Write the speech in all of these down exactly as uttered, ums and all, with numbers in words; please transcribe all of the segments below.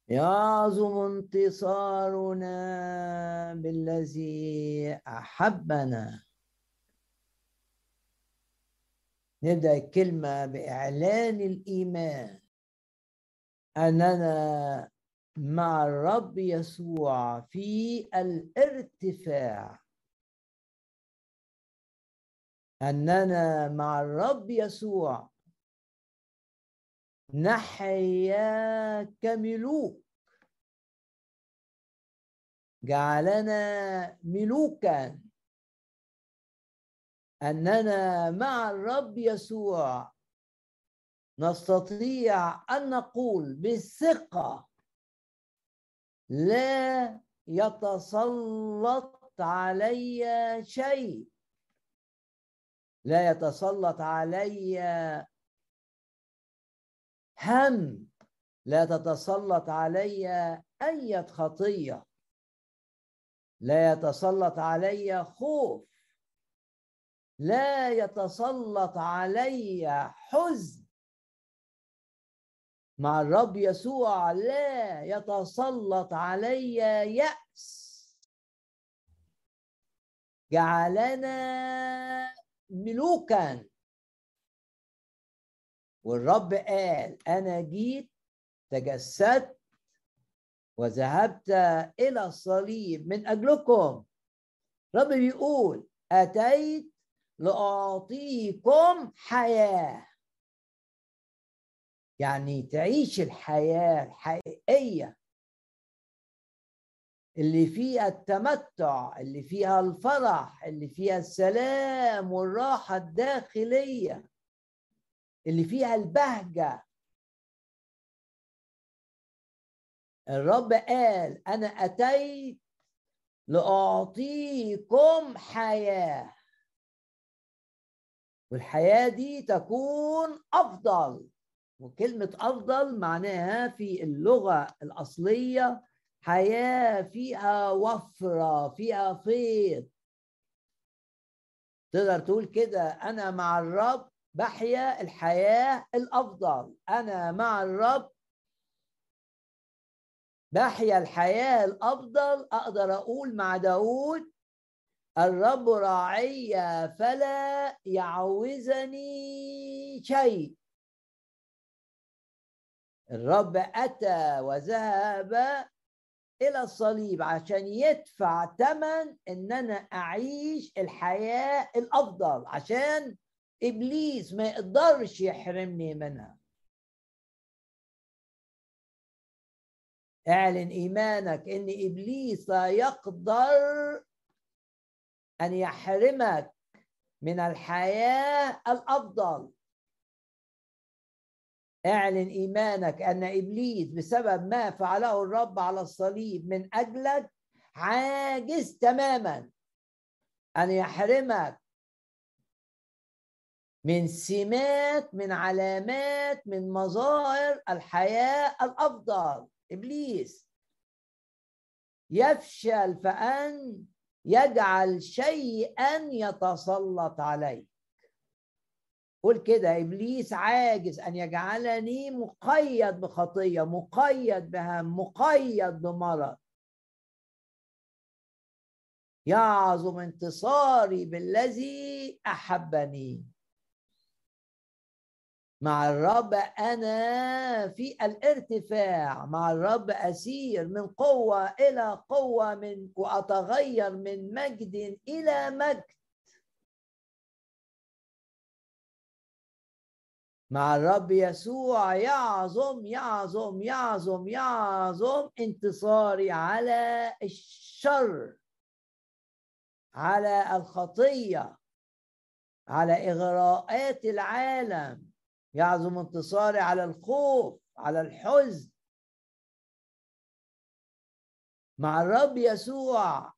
يعظم انتصارنا بالذي أحبنا. نبدأ الكلمة بإعلان الإيمان أننا مع الرب يسوع في الارتفاع، أننا مع الرب يسوع نحيا كملوك، جعلنا ملوكا. أننا مع الرب يسوع نستطيع أن نقول بالثقة: لا يتسلط علي شيء، لا يتسلط علي هم، لا تتسلط علي أي خطية، لا يتسلط علي خوف، لا يتسلط علي حزن. مع الرب يسوع لا يتسلط علي يأس. جعلنا ملوكا. والرب قال: أنا جيت، تجسدت وذهبت إلى الصليب من أجلكم. رب بيقول: أتيت لأعطيكم حياة، يعني تعيش الحياة الحقيقية اللي فيها التمتع، اللي فيها الفرح، اللي فيها السلام والراحة الداخلية، اللي فيها البهجة. الرب قال: أنا أتيت لأعطيكم حياة، والحياة دي تكون أفضل. وكلمة أفضل معناها في اللغة الأصلية حياة فيها وفرة، فيها فيض. تقدر تقول كده: أنا مع الرب بحيا الحياة الأفضل. أنا مع الرب بحيا الحياة الأفضل. أقدر أقول مع داود: الرب راعي فلا يعوزني شيء. الرب أتى وذهب إلى الصليب عشان يدفع ثمن إن أنا أعيش الحياة الأفضل، عشان إبليس ما يقدرش يحرمني منها. اعلن إيمانك إن إبليس لا يقدر أن يحرمك من الحياة الأفضل. اعلن إيمانك أن إبليس بسبب ما فعله الرب على الصليب من أجلك عاجز تماما أن يحرمك من سمات، من علامات، من مظاهر الحياة الأفضل. إبليس يفشل فأن يجعل شيئا يتسلط عليه. قول كده: إبليس عاجز أن يجعلني مقيد بخطية، مقيد بهم، مقيد بمرض. يعظم انتصاري بالذي أحبني. مع الرب أنا في الارتفاع، مع الرب أسير من قوة إلى قوة، من وأتغير من مجد إلى مجد. مع الرب يسوع يعظم يعظم يعظم يعظم انتصاري على الشر، على الخطية، على إغراءات العالم. يعظم انتصاري على الخوف، على الحزن. مع الرب يسوع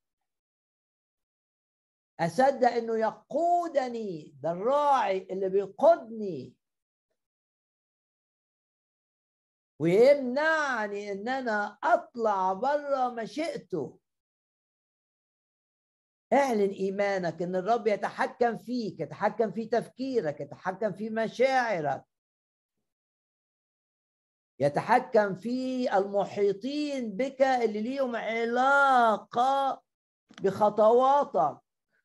أصدق إنه يقودني، ده الراعي اللي بيقودني ويمنعني إن أنا أطلع بره مشيئته. اعلن إيمانك إن الرب يتحكم فيك، يتحكم في تفكيرك، يتحكم في مشاعرك، يتحكم في المحيطين بك اللي ليهم علاقة بخطواتك.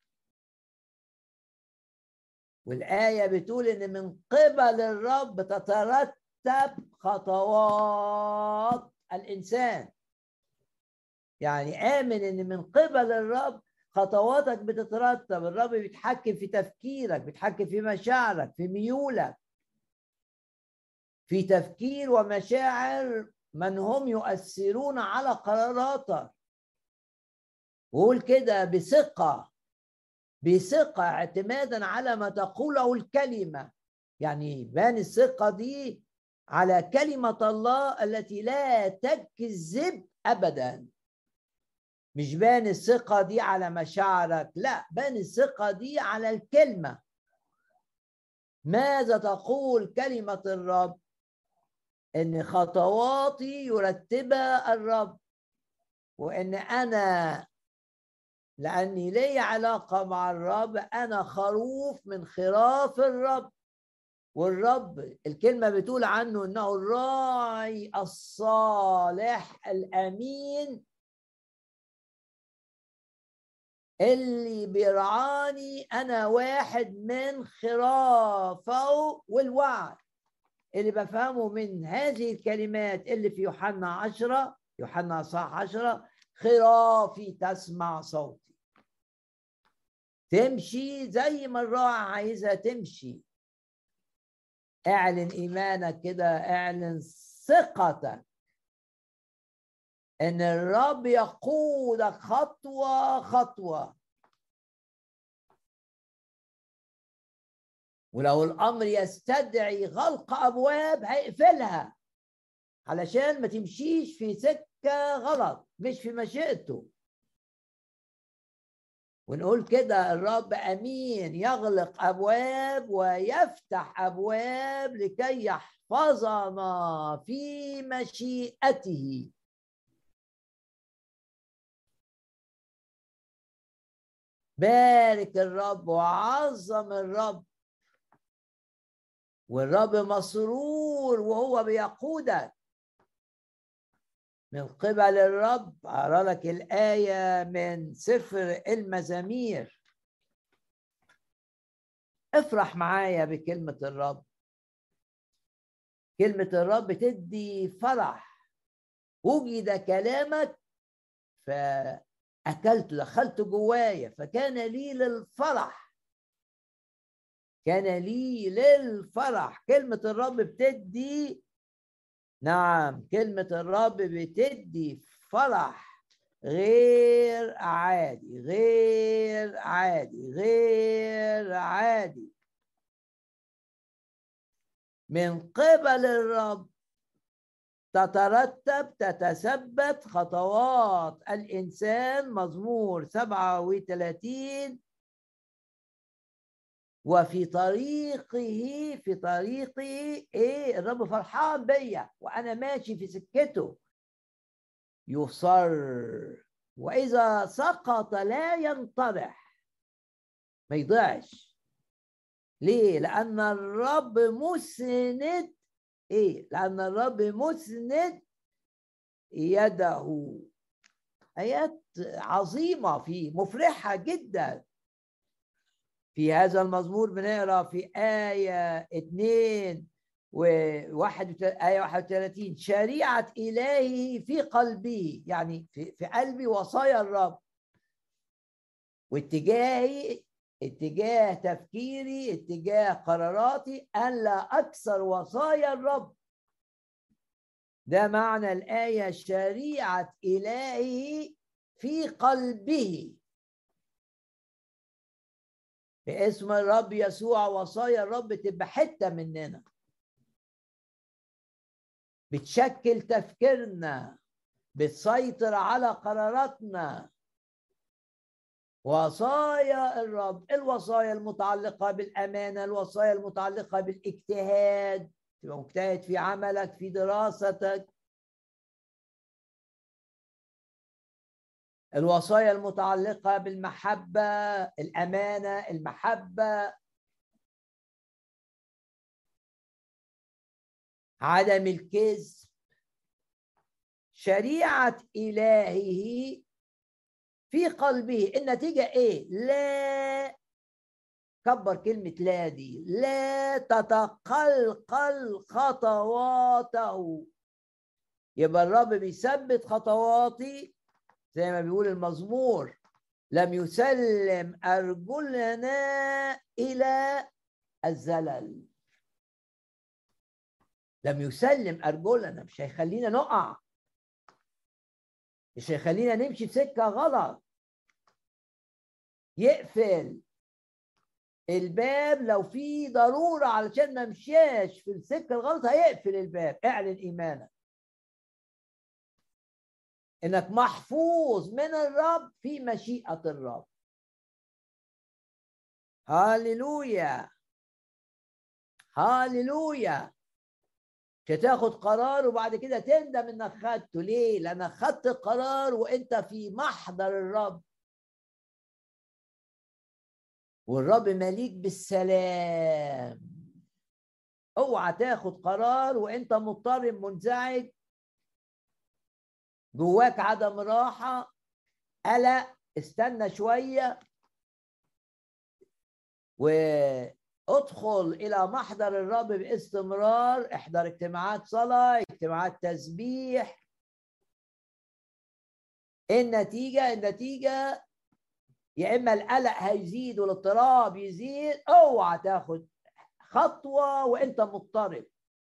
والآية بتقول إن من قبل الرب تترتب خطوات الإنسان. يعني آمن إن من قبل الرب خطواتك بتترتب. الرب بيتحكم في تفكيرك، بيتحكم في مشاعرك، في ميولك، في تفكير ومشاعر من هم يؤثرون على قراراتك. وقول كده بثقة، بثقة اعتمادا على ما تقوله الكلمة. يعني بان الثقة دي على كلمة الله التي لا تكذب أبدا. مش بان الثقة دي على مشاعرك، لا، بان الثقة دي على الكلمة. ماذا تقول كلمة الرب؟ إن خطواتي يرتبها الرب، وإن أنا لأني لي علاقة مع الرب أنا خروف من خراف الرب. والرب الكلمة بتقول عنه إنه الراعي الصالح الأمين اللي بيرعاني أنا واحد من خرافه. والوعد اللي بفهمه من هذه الكلمات اللي في يوحنا عشرة، يوحنا صح عشرة، خرافي تسمع صوتي. تمشي زي ما الراعي عايزها تمشي. اعلن ايمانك كده، اعلن ثقتك ان الرب يقودك خطوة خطوة. ولو الامر يستدعي غلق ابواب هيقفلها علشان ما تمشيش في سكة غلط مش في مشيئته. ونقول كده الرب امين يغلق ابواب ويفتح ابواب لكي يحفظنا في مشيئته. بارك الرب وعظم الرب، والرب مسرور وهو بيقودك. من قبل الرب. أقرأ لك الآية من سفر المزامير. افرح معايا بكلمة الرب. كلمة الرب تدي فرح. وجد كلامك فأكلت، دخلت جوايا فكان لي للفرح. كان لي للفرح. كلمة الرب بتدي، نعم، كلمة الرب بتدي فرح غير عادي، غير عادي، غير عادي. من قبل الرب تترتب تتثبت خطوات الإنسان. مزمور سبعة وثلاثين. وفي طريقه، في طريقه ايه؟ الرب فرحان بيا وانا ماشي في سكته. يصر، واذا سقط لا ينطرح، ما يضيعش. ليه؟ لان الرب مسند. ايه؟ لان الرب مسند يده. ايات عظيمه فيه، مفرحه جدا. في هذا المزمور بنقرا في آية اثنين وواحد، آية واحد وثلاثين: شريعة إلهي في قلبي، يعني في, في قلبي وصايا الرب. واتجاهي، اتجاه تفكيري، اتجاه قراراتي أن لا أكسر وصايا الرب. ده معنى الآية: شريعة إلهي في قلبه. باسم الرب يسوع وصايا الرب تبقى حتة مننا، بتشكل تفكيرنا، بتسيطر على قراراتنا. وصايا الرب، الوصايا المتعلقة بالأمانة، الوصايا المتعلقة بالاجتهاد، تبقى مجتهد في عملك، في دراستك. الوصايا المتعلقة بالمحبة، الأمانة، المحبة، عدم الكذب، شريعة إلهه في قلبه. النتيجة إيه؟ لا، كبر كلمة لا دي، لا تتقلقل خطواته. يبقى الرب بيثبت خطواتي زي ما بيقول المزمور، لم يسلم أرجلنا إلى الزلل. لم يسلم أرجلنا، مش هيخلينا نقع، مش هيخلينا نمشي في سكة غلط. يقفل الباب لو في ضرورة علشان ما مشياش في السكة الغلط، هيقفل الباب. اعلن إيمانك إنك محفوظ من الرب في مشيئة الرب. هاليلويا هاليلويا. مش هتاخد قرار وبعد كده تندم انك خدته. ليه؟ لانك خدت قرار وانت في محضر الرب، والرب مليك بالسلام. اوعى تاخد قرار وانت مضطرب منزعج، جواك عدم راحة، قلق. استنى شوية وادخل إلى محضر الرب باستمرار. احضر اجتماعات صلاة، اجتماعات تسبيح. النتيجة النتيجة يا إما القلق هيزيد والاضطراب يزيد. اوعى تاخد خطوة وانت مضطرب.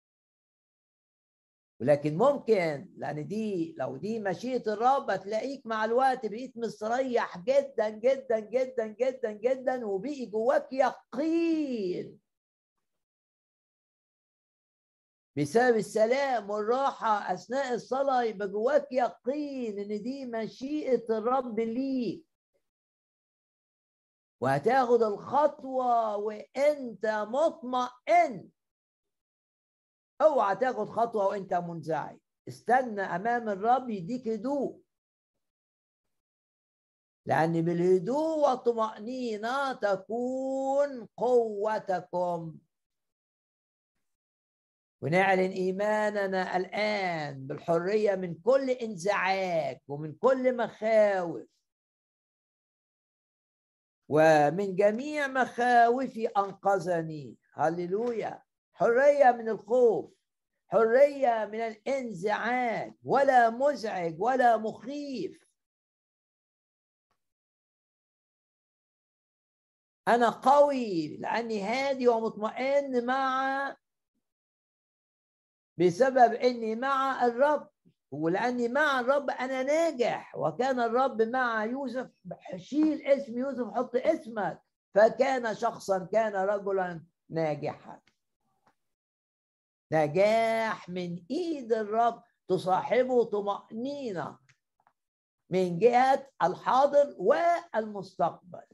ولكن ممكن، لان دي لو دي مشيئة الرب هتلاقيك مع الوقت بقيت مستريح جدا جدا جدا جدا جدا، وبقي جواك يقين بسبب السلام والراحة اثناء الصلاة. يبقى جواك يقين ان دي مشيئة الرب ليك، وهتاخد الخطوة وانت مطمئن. اوعى تاخد خطوة وانت منزعج. استنى امام الرب يديك هدوء، لان بالهدوء والطمأنينة تكون قوتكم. ونعلن ايماننا الان بالحرية من كل انزعاج ومن كل مخاوف، ومن جميع مخاوفي انقذني. هللويا. حرية من الخوف، حرية من الانزعاج، ولا مزعج ولا مخيف. أنا قوي لأني هادي ومطمئن مع بسبب أني مع الرب، ولأني مع الرب أنا ناجح. وكان الرب مع يوسف. شيل اسم يوسف، حط اسمك. فكان شخصا، كان رجلا ناجحا. نجاح من ايد الرب تصاحبه طمأنينة من جهة الحاضر والمستقبل.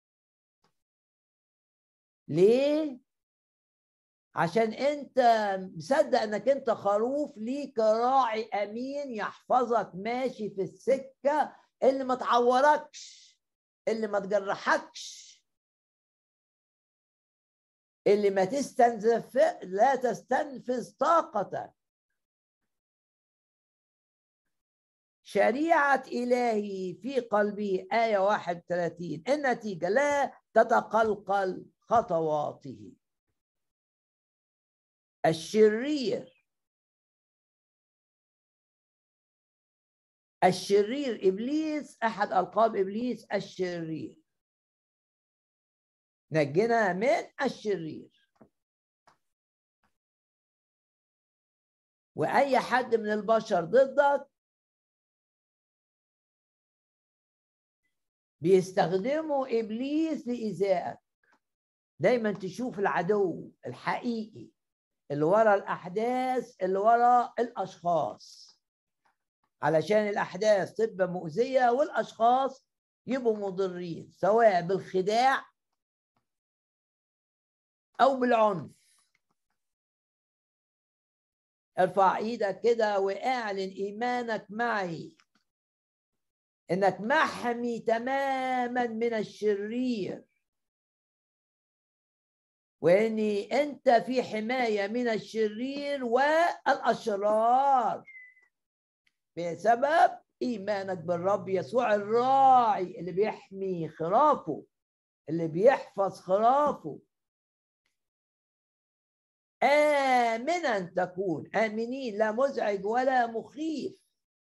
ليه؟ عشان انت مصدق انك انت خروف ليك راعي امين يحفظك ماشي في السكة اللي ما تعوركش، اللي ما تجرحكش، اللي ما تستنزف لا تستنفذ طاقتك. شريعة إلهي في قلبي، آية واحد وثلاثين. النتيجة لا تتقلقل خطواته. الشرير الشرير إبليس، أحد ألقاب إبليس الشرير. نجنا من الشرير. وأي حد من البشر ضدك بيستخدموا إبليس لإيذائك. دايما تشوف العدو الحقيقي اللي ورا الأحداث، اللي ورا الأشخاص، علشان الأحداث تبقى مؤذية والأشخاص يبقوا مضرين، سواء بالخداع أو بالعنف. ارفع ايدك كده واعلن ايمانك معي انك محمي تماما من الشرير، واني انت في حماية من الشرير والاشرار بسبب إيمانك بالرب يسوع الراعي اللي بيحمي خرافه، اللي بيحفظ خرافه. آمنا تكون، آمنين، لا مزعج ولا مخيف.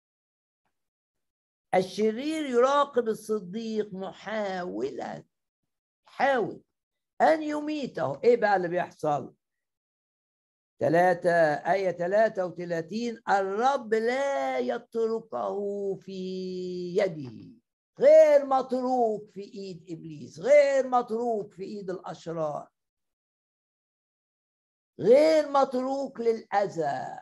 الشرير يراقب الصديق محاولا، حاول أن يميته. إيه بقى اللي بيحصل؟ ثلاثة آية ثلاثة وثلاثين، الرب لا يتركه في يده، غير متروك في إيد إبليس، غير متروك في إيد الأشرار، غير متروك للأذى.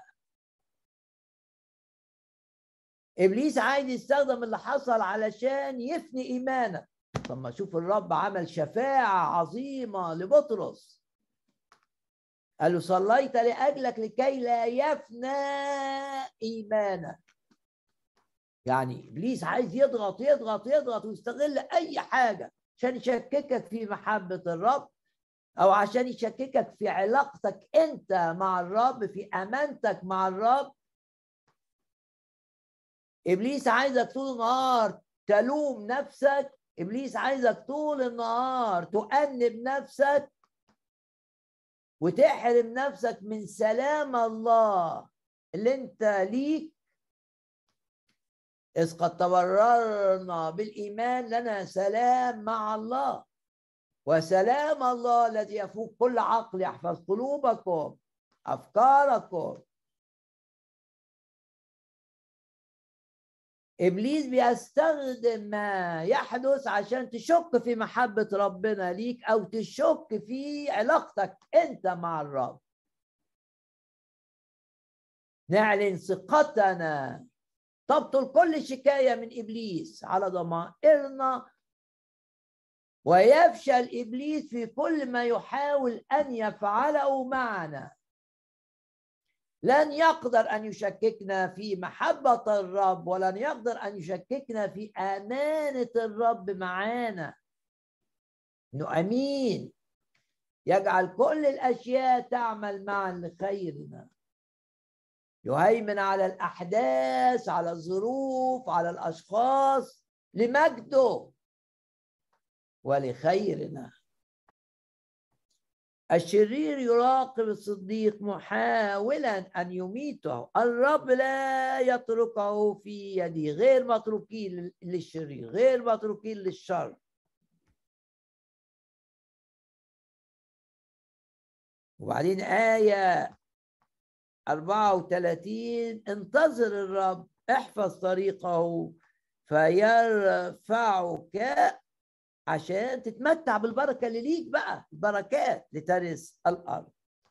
إبليس عايز يستخدم اللي حصل علشان يفني إيمانك. طب ما شوف الرب عمل شفاعة عظيمة لبطرس، قال له صليت لأجلك لكي لا يفنى إيمانك. يعني إبليس عايز يضغط يضغط يضغط ويستغل أي حاجة عشان يشككك في محبة الرب، أو عشان يشككك في علاقتك أنت مع الرب، في أمانتك مع الرب. إبليس عايزك طول النهار تلوم نفسك، إبليس عايزك طول النهار تؤنب نفسك وتحرم نفسك من سلام الله اللي انت ليك. إذ قد تبررنا بالإيمان لنا سلام مع الله، وسلام الله الذي يفوق كل عقل يحفظ قلوبكم أفكاركم. إبليس بيستخدم ما يحدث عشان تشك في محبة ربنا ليك، أو تشك في علاقتك أنت مع الرب. نعلن ثقتنا، تبطل كل شكاية من إبليس على ضمائرنا، ويفشل إبليس في كل ما يحاول أن يفعله معنا. لن يقدر أن يشككنا في محبة الرب، ولن يقدر أن يشككنا في أمانة الرب معانا، إنه أمين يجعل كل الأشياء تعمل معا لخيرنا، يهيمن على الأحداث، على الظروف، على الأشخاص، لمجده ولخيرنا. الشرير يراقب الصديق محاولا أن يميته، الرب لا يتركه في يده، غير متروكين للشرير، غير متروكين للشر. وبعدين آية أربعة وثلاثين، انتظر الرب، احفظ طريقه فيرفعك، عشان تتمتع بالبركة اللي ليك بقى، البركات لترث الأرض.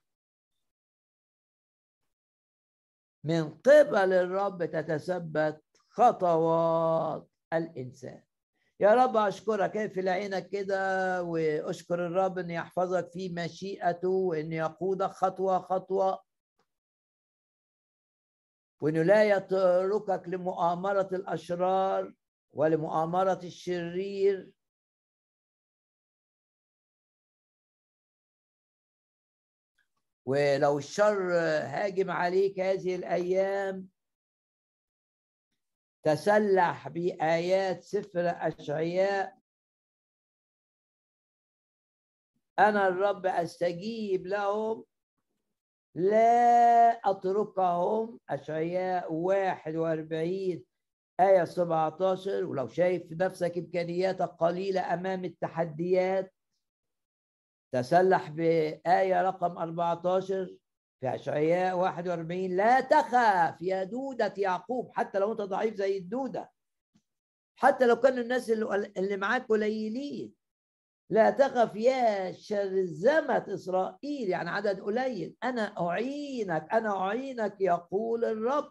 من قبل الرب تتثبت خطوات الإنسان. يا رب أشكرك في عينك كده، وأشكر الرب أن يحفظك في مشيئته، وأن يقودك خطوة خطوة، وأنه لا يتركك لمؤامرة الأشرار ولمؤامرة الشرير. ولو الشر هاجم عليك هذه الأيام، تسلح بآيات سفر أشعياء، أنا الرب أستجيب لهم لا أتركهم. أشعياء واحد وأربعين آية سبعة عشر. ولو شايف نفسك إمكانياتك قليلة أمام التحديات، تسلح بآية رقم أربعة عشر في أشعياء واحد وأربعين، لا تخف يا دودة يعقوب. حتى لو أنت ضعيف زي الدودة، حتى لو كان الناس اللي معاك قليلين، لا تخف يا شرذمة إسرائيل، يعني عدد قليل، أنا أعينك، أنا أعينك يقول الرب.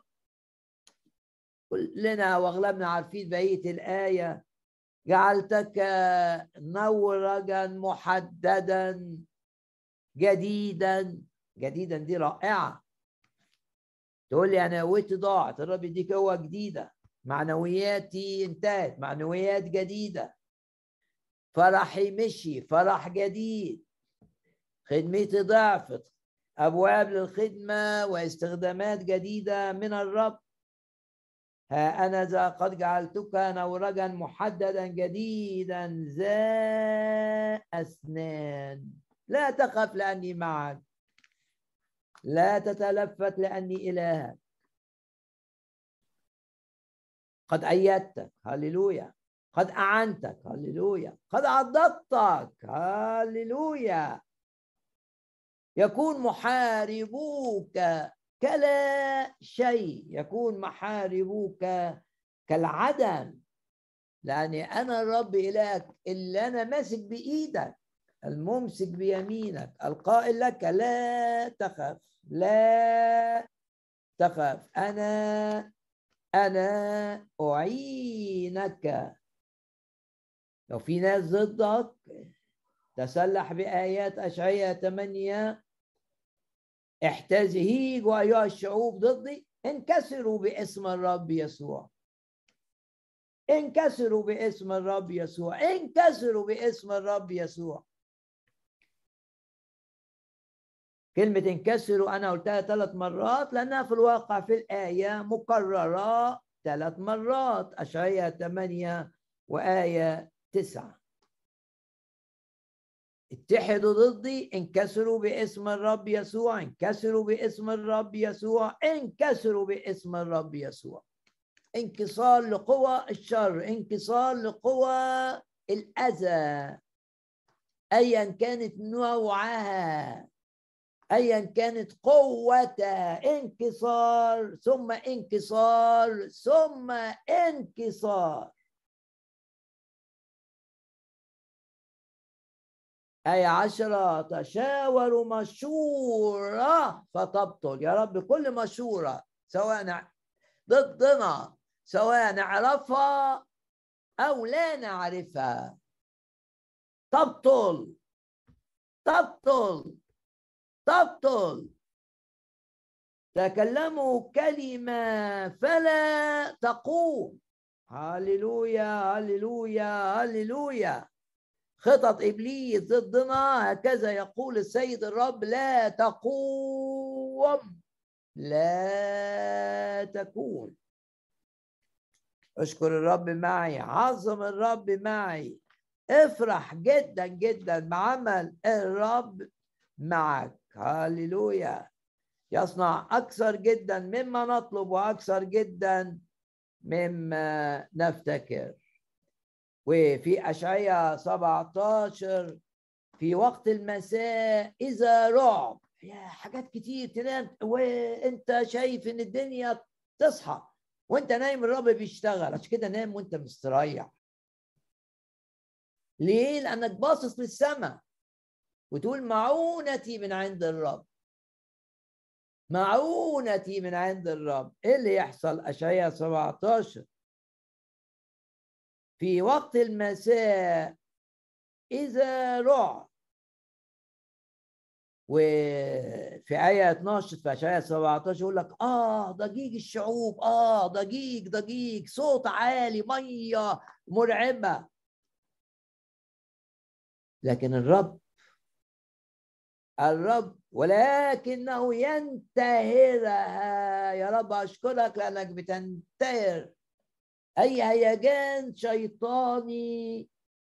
كلنا وأغلبنا عارفين بقية الآية، جعلتك نورجا محددا جديدا. جديدا دي رائعة. تقول لي أنا قوتي ضاعت، الرب يديك قوة جديدة، معنوياتي انتهت، معنويات جديدة، فرحي مشي، فرح جديد، خدمتي ضعفت، أبواب للخدمة واستخدامات جديدة من الرب. ها أنا ذا قد جعلتك نورجا محددا جديدا ذا أسنان، لا تخف لأني معك، لا تتلفت لأني إلهك، قد أيدتك، هللويا، قد أعنتك، هللويا، قد عضدتك، هللويا. يكون محاربوك كلا شيء، يكون محاربوك كالعدم، لأني أنا الرب إلهك اللي أنا ماسك بإيدك، الممسك بيمينك، القائل لك لا تخف، لا تخف، أنا أنا أعينك. لو في ناس ضدك تسلح بآيات أشعياء ثمانية، احتزهيجوا أيها الشعوب ضدي، انكسروا باسم الرب يسوع، انكسروا باسم الرب يسوع، انكسروا باسم الرب يسوع. كلمة انكسروا أنا قلتها ثلاث مرات لأنها في الواقع في الآية مكررة ثلاث مرات، أشعياء ثمانية وآية تسعة. اتحدوا ضدي، انكسروا باسم الرب يسوع، انكسروا باسم الرب يسوع، انكسروا باسم الرب يسوع. انكسار لقوى الشر، انكسار لقوى الأذى أيا كانت نوعها، أيا كانت قوتها، انكسار ثم انكسار ثم انكسار. آية عشرة، تشاوروا مشورة فتبطل. يا رب كل مشورة سواء ضدنا، سواء نعرفها أو لا نعرفها، تبطل تبطل تبطل. تكلموا كلمة فلا تقوم. هللويا هللويا هللويا. خطط إبليس ضدنا هكذا يقول السيد الرب لا تقوم، لا تكون. اشكر الرب معي، عظم الرب معي، افرح جدا جدا بعمل الرب معك. هللويا. يصنع أكثر جدا مما نطلب وأكثر جدا مما نفتكر. وفي أشعياء سبعة عشر، في وقت المساء إذا رعب، يا حاجات كتير تنام وانت شايف ان الدنيا تصحى وانت نايم، الرب بيشتغل، عشان كده نام وانت مستريح. ليه؟ لأنك باصص للسماء وتقول معونتي من عند الرب، معونتي من عند الرب. ايه اللي يحصل؟ أشعياء سبعة عشر، في وقت المساء إذا رعب. وفي آية اثناشر في أشعياء سبعة عشر يقول لك آه ضجيج الشعوب، آه ضجيج ضجيج، صوت عالي، مية مرعبة. لكن الرب الرب ولكنه ينتهرها. يا رب أشكرك لأنك بتنتهر أي هيجان شيطاني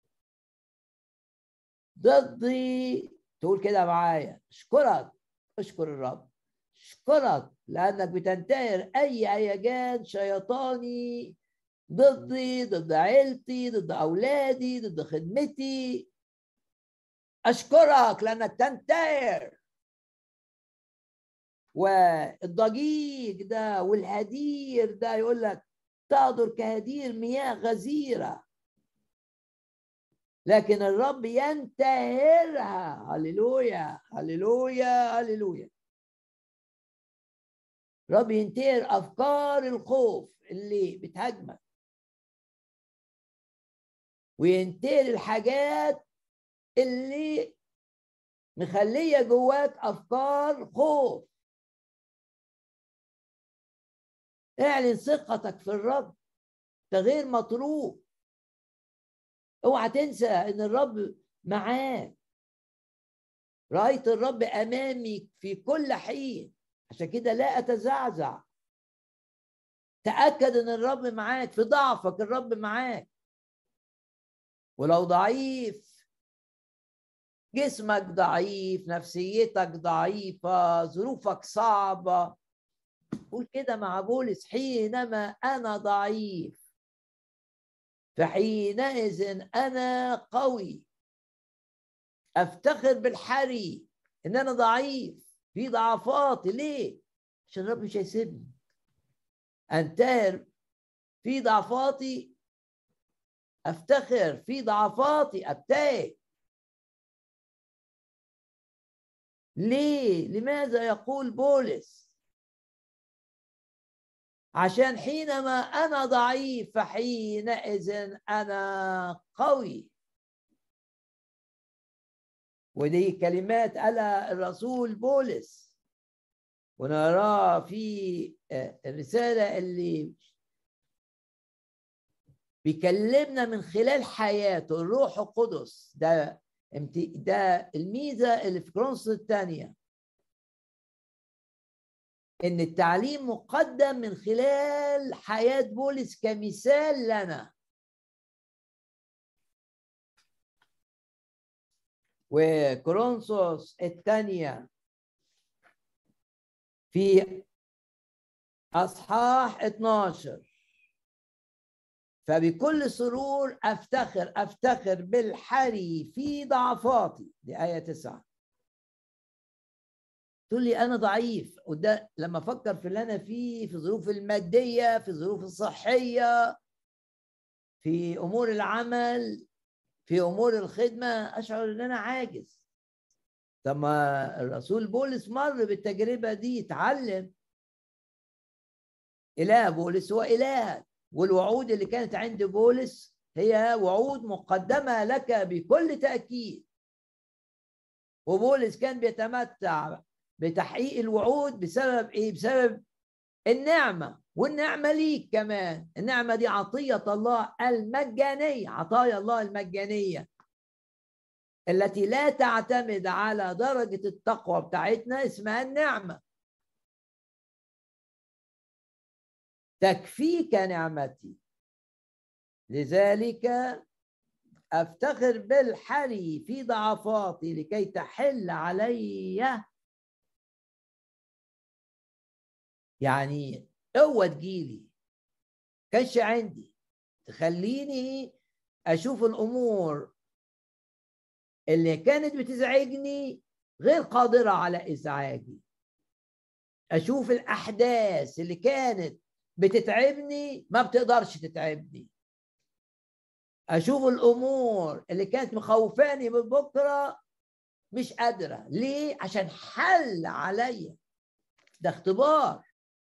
ضدي. تقول كده معايا، اشكرك، اشكر الرب، اشكرك لأنك بتنتهر أي هيجان شيطاني ضدي، ضد عيلتي، ضد أولادي، ضد خدمتي. أشكرك لأنك تنتهر. والضجيج ده والهدير ده يقول لك تقدر كهدير مياه غزيرة، لكن الرب ينتهرها. هللويا هللويا هللويا. الرب ينتهر أفكار الخوف اللي بتهاجمك، وينتهر الحاجات اللي مخلية جواك أفكار خوف. اعلن ثقتك في الرب، ده غير مطروق. اوعى تنسى ان الرب معاك. رأيت الرب أمامي في كل حين، عشان كده لا أتزعزع. تأكد ان الرب معاك في ضعفك، الرب معاك. ولو ضعيف، جسمك ضعيف، نفسيتك ضعيفة، ظروفك صعبة، قول كده مع بولس: حينما أنا ضعيف فحينئذ أنا قوي. أفتخر بالحري إن أنا ضعيف في ضعفاتي. ليه؟ عشان الرب مش هيسيبني. أنتهر في ضعفاتي، أفتخر في ضعفاتي، أبتهج. ليه؟ لماذا يقول بولس؟ عشان حينما أنا ضعيف فحينئذ أنا قوي. ودي كلمات قالها الرسول بولس، ونراها في الرسالة اللي بيكلمنا من خلال حياته الروح القدس. ده ده الميزة اللي في كورنثوس الثانية، إن التعليم مقدم من خلال حياة بولس كمثال لنا. وكورنثوس الثانية في أصحاح اثناشر: فبكل سرور أفتخر أفتخر بالحري في ضعفاتي. دي آية تسعة. تقول لي أنا ضعيف، وده لما أفكر في اللي أنا فيه، في الظروف المادية، في الظروف الصحية، في أمور العمل، في أمور الخدمة، أشعر أن أنا عاجز. طب ما الرسول بولس مر بالتجربة دي، اتعلم. إله بولس هو إله، والوعود اللي كانت عند بولس هي وعود مقدمة لك بكل تأكيد. وبولس كان بيتمتع بتحقيق الوعود بسبب إيه؟ بسبب النعمة، والنعمة ليك كمان. النعمة دي عطية الله المجانية، عطايا الله المجانية التي لا تعتمد على درجة التقوى بتاعتنا، اسمها النعمة. تكفيك نعمتي، لذلك أفتخر بالحري في ضعفاتي لكي تحل علي. يعني قوة تجيلي كانش عندي تخليني أشوف الأمور اللي كانت بتزعجني غير قادرة على إزعاجي. أشوف الأحداث اللي كانت بتتعبني ما بتقدرش تتعبني. أشوف الأمور اللي كانت مخوفاني من بكرة مش قادرة. ليه؟ عشان حل عليا. ده اختبار.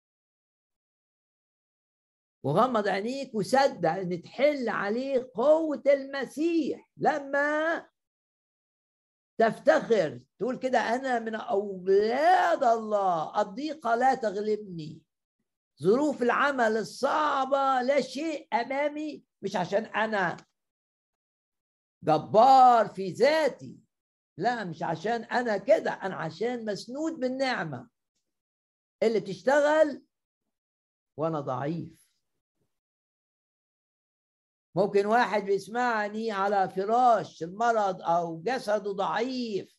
وغمض عينيك وصدق ان تحل عليه قوة المسيح. لما تفتخر تقول كده: أنا من أولاد الله، الضيقة لا تغلبني، ظروف العمل الصعبة لا شيء أمامي. مش عشان أنا جبار في ذاتي، لا، مش عشان أنا كده، أنا عشان مسنود بالنعمة اللي بتشتغل وأنا ضعيف. ممكن واحد بيسمعني على فراش المرض أو جسده ضعيف،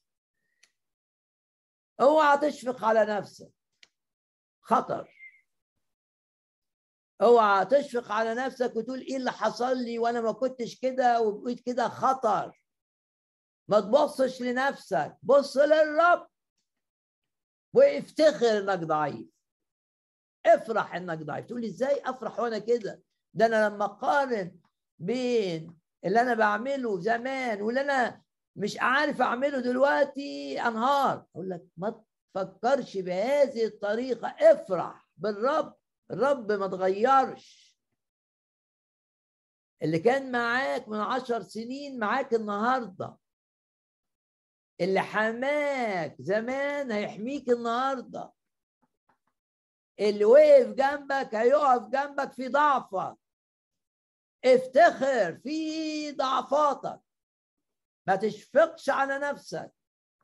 اوعى تشفق على نفسك، خطر. اوعى تشفق على نفسك وتقول ايه اللي حصل لي وانا ما كنتش كده وبقيت كده، خطر. ما تبصش لنفسك، بص للرب وافتخر انك ضعيف. افرح انك ضعيف. تقول لي ازاي افرح وانا كده؟ ده انا لما اقارن بين اللي انا بعمله زمان واللي انا مش عارف اعمله دلوقتي انهار. اقول لك ما تفكرش بهذه الطريقة، افرح بالرب. الرب ما تغيرش. اللي كان معاك من عشر سنين معاك النهاردة. اللي حماك زمان هيحميك النهاردة. اللي وقف جنبك هيقف جنبك في ضعفك. افتخر في ضعفاتك، ما تشفقش على نفسك.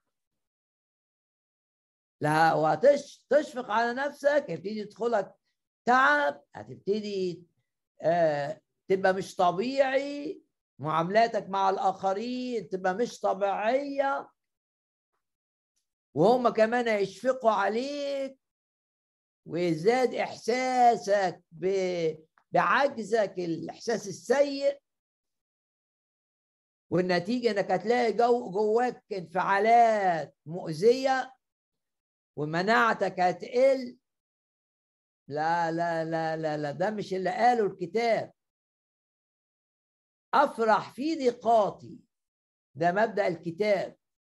لا، وتشفق على نفسك يبتدي يدخلك تعب، هتبتدي آه تبقى مش طبيعي، معاملاتك مع الآخرين تبقى مش طبيعية، وهم كمان هيشفقوا عليك، ويزداد إحساسك بعجزك، الإحساس السيء، والنتيجة إنك هتلاقي جو جواك انفعالات مؤذية، ومناعتك هتقل. لا لا لا لا لا، ده مش اللي قاله الكتاب. أفرح في ضيقاتي، ده مبدأ الكتاب،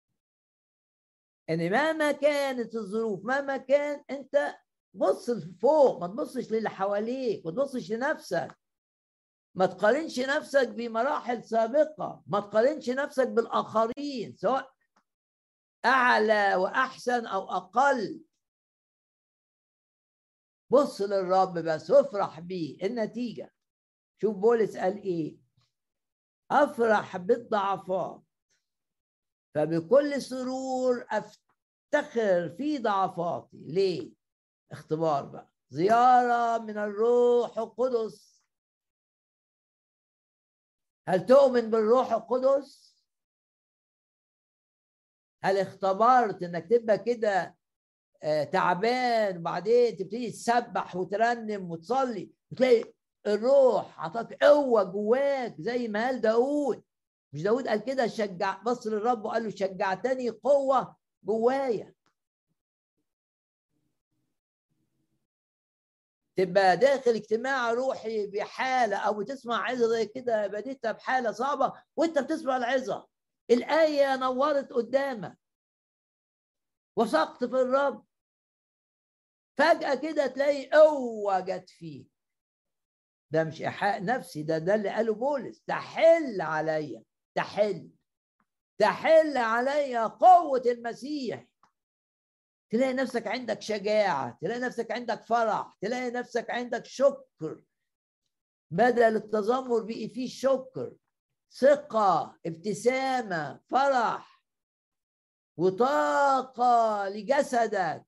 إن مهما كانت الظروف، مهما كان، أنت بص لفوق، ما تبصش للي حواليك، ما تبصش لنفسك، ما تقارنش نفسك بمراحل سابقة، ما تقارنش نفسك بالآخرين سواء أعلى وأحسن أو أقل. بص للرب بس وافرح بيه. النتيجة شوف بولس قال إيه: أفرح بالضعفات فبكل سرور أفتخر في ضعفاتي. ليه؟ اختبار بقى، زيارة من الروح القدس. هل تؤمن بالروح القدس؟ هل اختبرت انك تبقى كده آه تعبان، وبعدين تبتدي تسبح وترنم وتصلي وتلاقي الروح عطاك قوة جواك زي ما قال داود؟ مش داود قال كده؟ شجع، بص للرب وقال له شجعتني قوة جوايا. تبقى داخل اجتماع روحي بحالة، أو تسمع عظة زي كده بديتها بحالة صعبة، وأنت بتسمع العظة الآية نورت قدامك، وثقت في الرب، فجأة كده تلاقي قوة جت فيك. ده مش إيحاء نفسي، ده ده اللي قاله بولس: تحل عليا، تحل تحل عليا قوة المسيح. تلاقي نفسك عندك شجاعة، تلاقي نفسك عندك فرح، تلاقي نفسك عندك شكر، بدل التذمر بقي فيه شكر، ثقة، ابتسامة، فرح، وطاقة لجسدك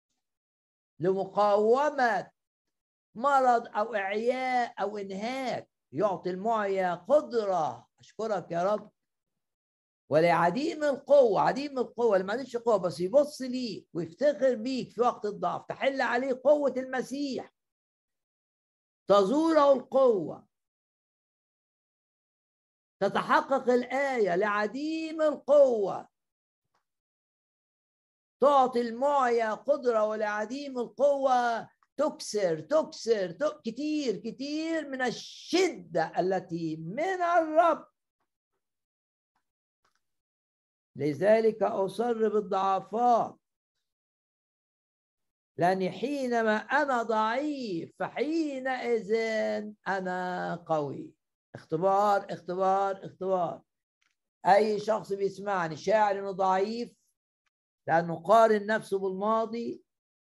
لمقاومة مرض أو إعياء أو إنهاك. يعطي المعيا قدرة. أشكرك يا رب. ولعديم القوة، عديم القوة اللي ما عندوش قوة بس يبص ليك ويفتخر بيك في وقت الضعف، تحل عليه قوة المسيح، تزوره القوة، تتحقق الآية: لعديم القوة تعطي المعيا قدرة، ولعديم القوة تكسر تكسر كتير كتير من الشدة التي من الرب. لذلك أصر بالضعفات، لأني حينما أنا ضعيف فحينئذ أنا قوي. اختبار اختبار اختبار. أي شخص بيسمعني شاعر إنه ضعيف لأنه قارن نفسه بالماضي،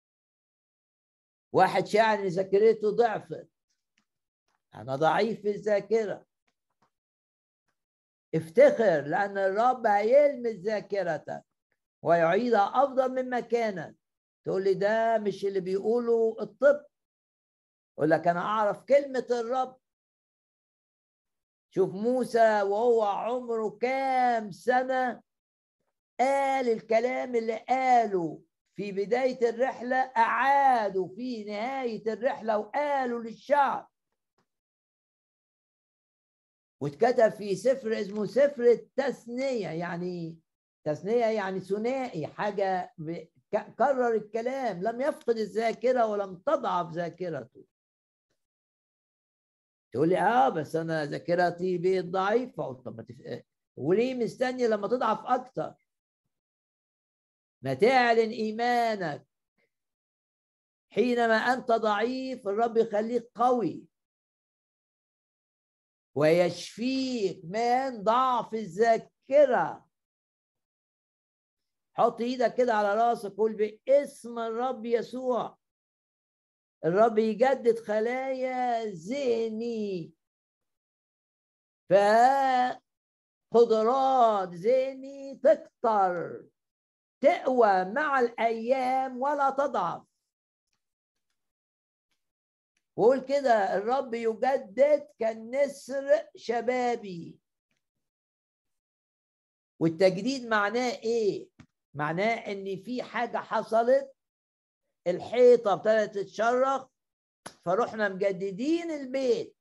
واحد شاعر إن ذاكرته ضعفت، أنا ضعيف في الذاكرة، افتخر، لأن الرب هيلمس ذاكرتك ويعيدها أفضل مما كانت. تقول لي ده مش اللي بيقوله الطب؟ أقول لك أنا أعرف كلمة الرب. شوف موسى وهو عمره كام سنة قال الكلام اللي قاله في بداية الرحلة، أعادوا في نهاية الرحلة وقالوا للشعب، واتكتب في سفر اسمه سفر التثنية. يعني تثنية يعني ثنائي، حاجة كرر الكلام، لم يفقد الذاكرة ولم تضعف ذاكرته. تقول لي اه بس انا ذاكرتي بقت ضعيفة. طب ما تف... وليه مستني لما تضعف اكتر؟ ما تعلن ايمانك. حينما انت ضعيف الرب يخليك قوي ويشفيك من ضعف الذاكرة. حط ايدك كده على راسك، قول باسم الرب يسوع الرب يجدد خلايا ذهني، فقدرات ذهني تكتر، تقوى مع الأيام ولا تضعف. وقول كده: الرب يجدد كالنسر شبابي. والتجديد معناه ايه؟ معناه ان في حاجه حصلت، الحيطه ابتدت تتشرخ، فروحنا مجددين البيت.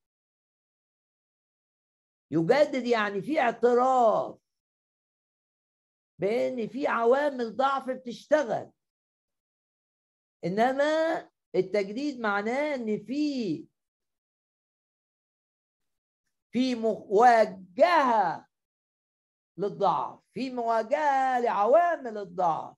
يجدد يعني في اعتراف بان في عوامل ضعف بتشتغل. انما التجديد معناه ان في في مواجهه للضعف، في مواجهه لعوامل الضعف.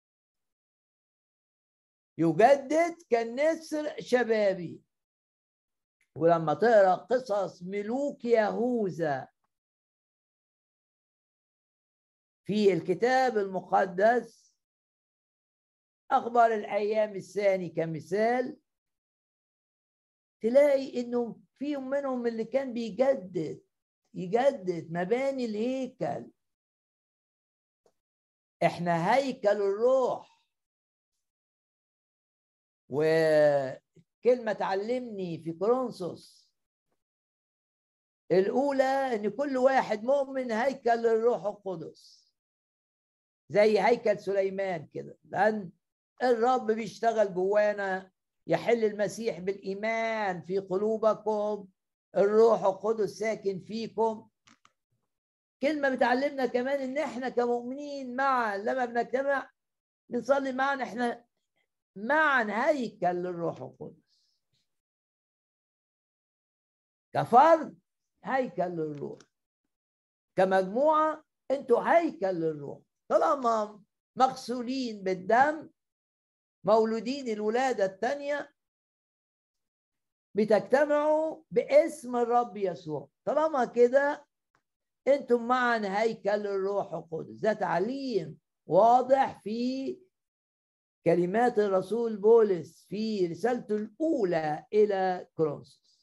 يجدد كالنسر شبابي. ولما تقرا قصص ملوك يهوذا في الكتاب المقدس، اخبار الايام الثاني كمثال، تلاقي انه فيهم منهم اللي كان بيجدد يجدد مباني الهيكل. احنا هيكل الروح. وكلمة تعلمني في كورنثوس الأولى إن كل واحد مؤمن هيكل الروح القدس، زي هيكل سليمان كده، لأن الرب بيشتغل جوانا. يحل المسيح بالإيمان في قلوبكم، الروح القدس ساكن فيكم. كلمة بتعلمنا كمان إن إحنا كمؤمنين معا لما بنجتمع بنصلي معا، إحنا معا هيكل للروح القدس. كفرد هيكل للروح، كمجموعة انتوا هيكل للروح. طالما مغسولين بالدم، مولودين الولادة الثانية، بتجتمعوا باسم الرب يسوع. طالما كده انتم معا هيكل الروح القدس. ده تعليم واضح في كلمات الرسول بولس في رسالته الأولى إلى كورنثوس.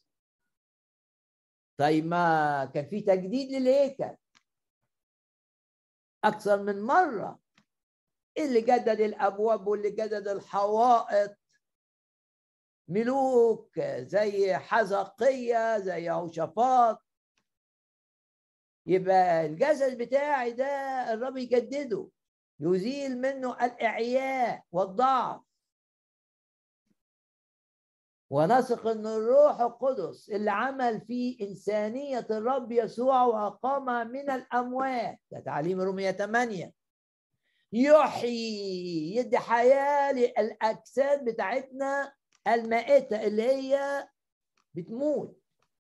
طيب ما كان في تجديد للهيكل أكثر من مرة، اللي جدد الأبواب واللي جدد الحوائط ملوك زي حزقية زي يهوشافاط. يبقى الجسد بتاعي ده الرب يجدده، يزيل منه الإعياء والضعف. ونثق ان الروح القدس اللي عمل في انسانيه الرب يسوع واقامها من الاموات، ده تعليم رومية ثمانية، يحيي، يدي حياه للاجساد بتاعتنا المائته اللي هي بتموت،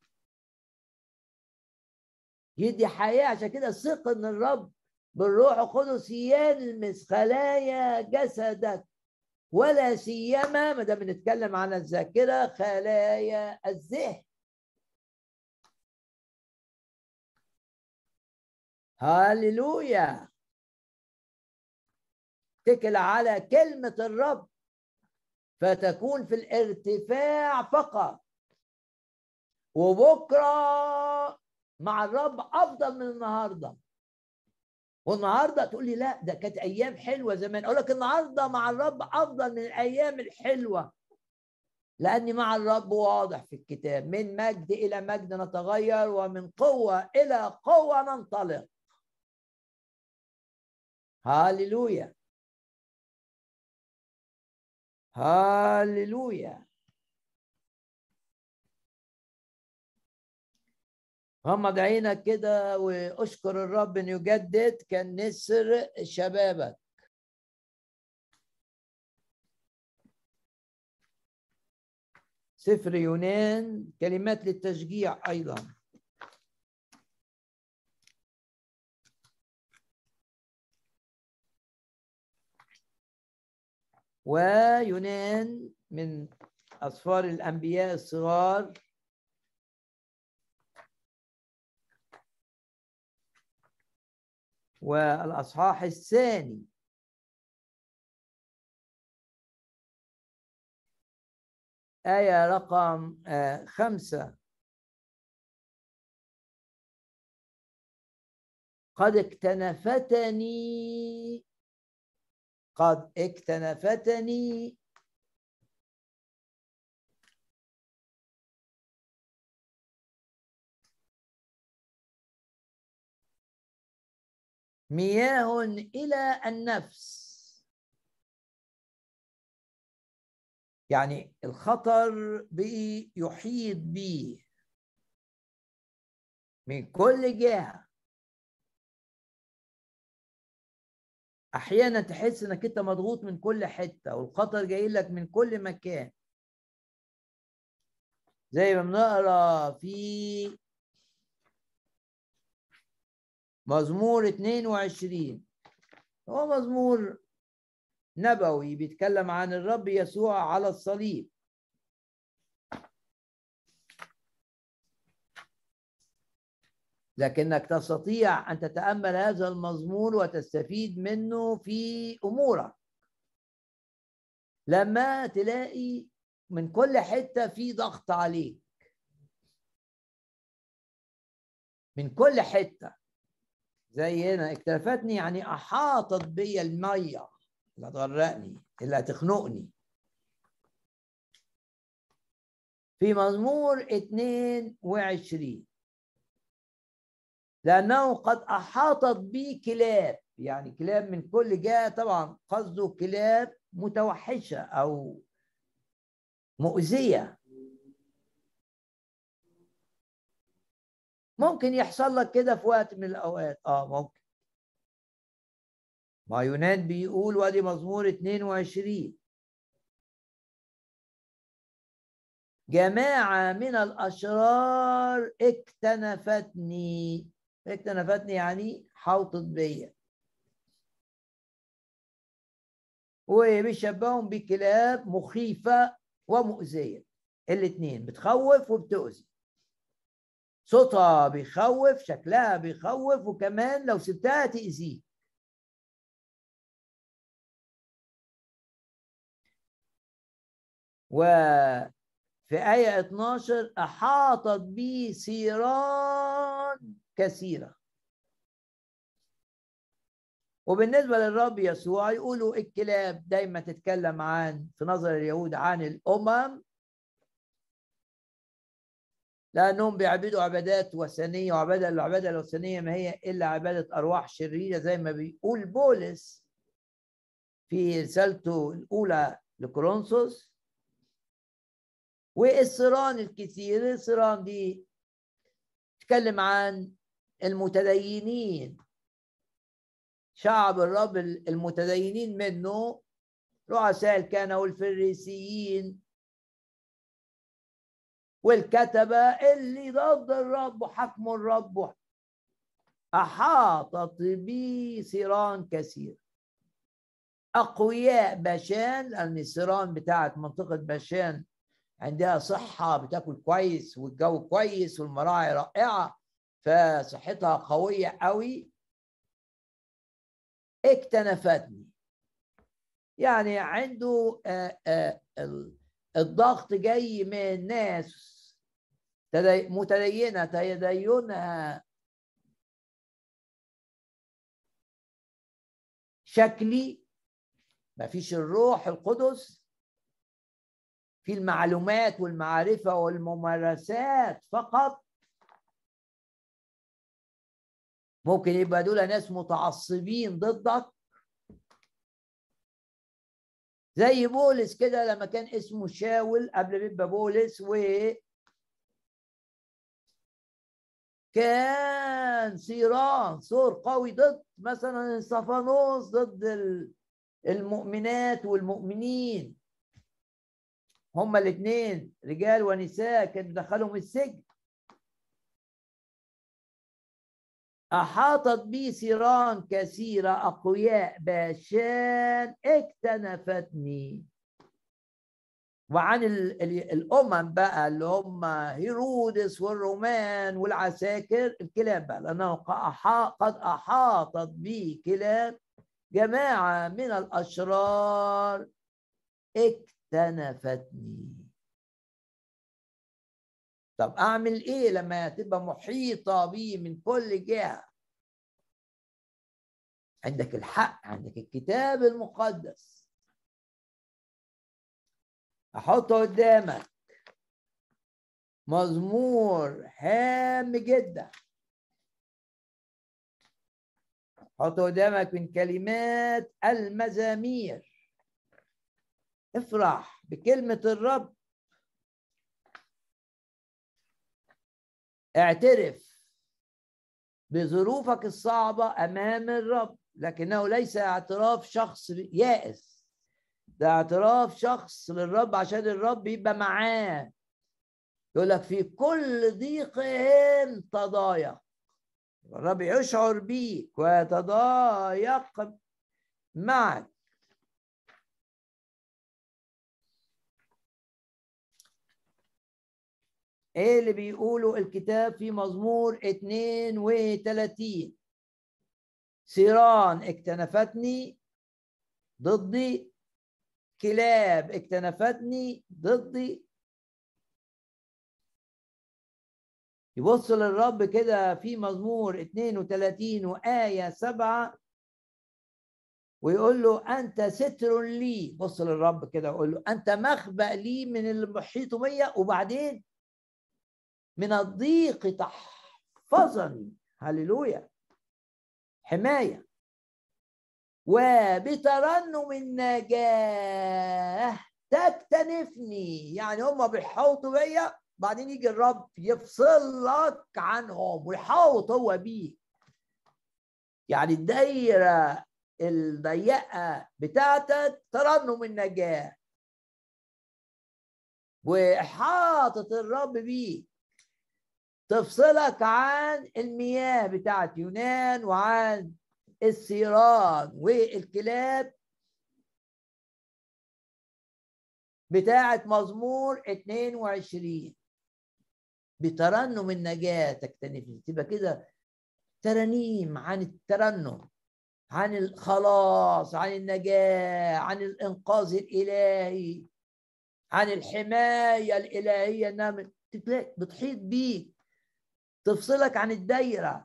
يدي حياه. عشان كده ثق ان الرب بالروح القدس يلمس خلايا جسدك، ولا سيما ما دام بنتكلم عن الذاكره خلايا الذهن. هاليلويا. اتكل على كلمة الرب فتكون في الارتفاع فقط، وبكرة مع الرب أفضل من النهاردة. والنهاردة تقول لي لا ده كانت أيام حلوة زمان، أقول لك النهاردة مع الرب أفضل من الأيام الحلوة، لأني مع الرب واضح في الكتاب: من مجد إلى مجد نتغير، ومن قوة إلى قوة ننطلق. هاليلويا هاليلويا. غمض عينك كده واشكر الرب ان يجدد كالنسر شبابك. سفر يونان كلمات للتشجيع ايضا. ويونان من أسفار الأنبياء الصغار، والأصحاح الثاني آية رقم خمسة: قد اكتنفتني قد اكتنفتني مياه إلى النفس. يعني الخطر بقي يحيط بيه من كل جهة. أحيانا تحس إنك أنت مضغوط من كل حتة والخطر جاي لك من كل مكان، زي ما بنقرا في مزمور اتنين وعشرين. هو مزمور نبوي بيتكلم عن الرب يسوع على الصليب. لكنك تستطيع أن تتأمل هذا المزمور وتستفيد منه في أمورك. لما تلاقي من كل حتة في ضغط عليك، من كل حتة، زي هنا اكترفتني، يعني أحاطت بي المية اللي هتغرقني، اللي هتخنقني. في مزمور اتنين وعشرين، لأنه قد أحاطت بي كلاب. يعني كلاب من كل جهة، طبعا قصده كلاب متوحشة أو مؤذية. ممكن يحصل لك كده في وقت من الأوقات، آه ممكن. ما يونان بيقول، وادي مزمور اتنين وعشرين، جماعة من الأشرار اكتنفتني. اكتنفتني يعني حوطت بيا. وبيشبههم بكلاب مخيفة ومؤذية. الاثنين بتخوف وبتؤذي. صوتها بيخوف، شكلها بيخوف، وكمان لو سبتها تأذيك. وفي آية اتناشر، أحاطت بي سيران كثيرة. وبالنسبة للرب يسوع يقولوا الكلاب دايما تتكلم عن، في نظر اليهود، عن الأمم، لأنهم بيعبدوا عبادات وثنية، وعبادة العبادة الوثنية ما هي إلا عبادة أرواح شريرة، زي ما بيقول بولس في رسالته الأولى لكورنثوس. والثيران الكثير، الثيران دي تتكلم عن المتدينين، شعب الرب المتدينين منه، رؤساء الكهنة والفريسيين والكتبة اللي ضد الرب وحكموا الرب. أحاطت بي ثيران كثير، أقوياء باشان، لأن الثيران بتاعت منطقة باشان عندها صحة، بتاكل كويس والجو كويس والمراعي رائعة، فصحتها قوية قوي. اكتنفتني، يعني عنده آآ آآ الضغط جاي من ناس متدينة تدينها شكلي، ما فيش الروح القدس، في المعلومات والمعرفة والممارسات فقط. ممكن يبقى دول ناس متعصبين ضدك، زي بولس كده لما كان اسمه شاول قبل ما يبقى بولس، و كان صيران صور قوي ضد مثلا استفانوس، ضد المؤمنات والمؤمنين. هما الاثنين رجال ونساء، كان دخلهم السجن. أحاطت بي ثيران كثيرة أقوياء باشان اكتنفتني. وعن ال ال الأمم بقى اللي هم هيرودس والرومان والعساكر، الكلاب بقى، لأنه قد أحاطت بي كلاب، جماعة من الأشرار اكتنفتني. طب أعمل إيه لما تبقى محيطة بي من كل جهة؟ عندك الحق، عندك الكتاب المقدس، أحطه قدامك، مزمور هام جدا. حط قدامك من كلمات المزامير. افرح بكلمة الرب، اعترف بظروفك الصعبة أمام الرب، لكنه ليس اعتراف شخص يائس، ده اعتراف شخص للرب عشان الرب يبقى معاه. يقول لك في كل ضيقهم تضايق، الرب يشعر بيك ويتضايق معك. ايه اللي بيقوله الكتاب في مزمور اتنين وتلاتين؟ سيران اكتنفتني ضدي، كلاب اكتنفتني ضدي. يبص للرب كده في مزمور اتنين وتلاتين وآية سبعة ويقول له أنت ستر لي. بص للرب كده ويقول له أنت مخبأ لي من المحيط بيا، وبعدين من الضيق تحفظني. هللويا، حماية. وبترنم النجاة تكتنفني، يعني هم بيحوطوا بيا، بعدين يجي الرب يفصلك عنهم ويحوط هو بيك. يعني الدايرة الضيقة بتاعتك ترنم النجاة، وإحاطة الرب بيك تفصلك عن المياه بتاعت يونان وعن الثيران والكلاب بتاعت مزمور اتنين وعشرين. بترنم النجاة تكتنفني، تبقى كده ترانيم عن الترنم، عن الخلاص، عن النجاة، عن الإنقاذ الإلهي، عن الحماية الإلهية إنها بتحيط بيك، تفصلك عن الدايرة.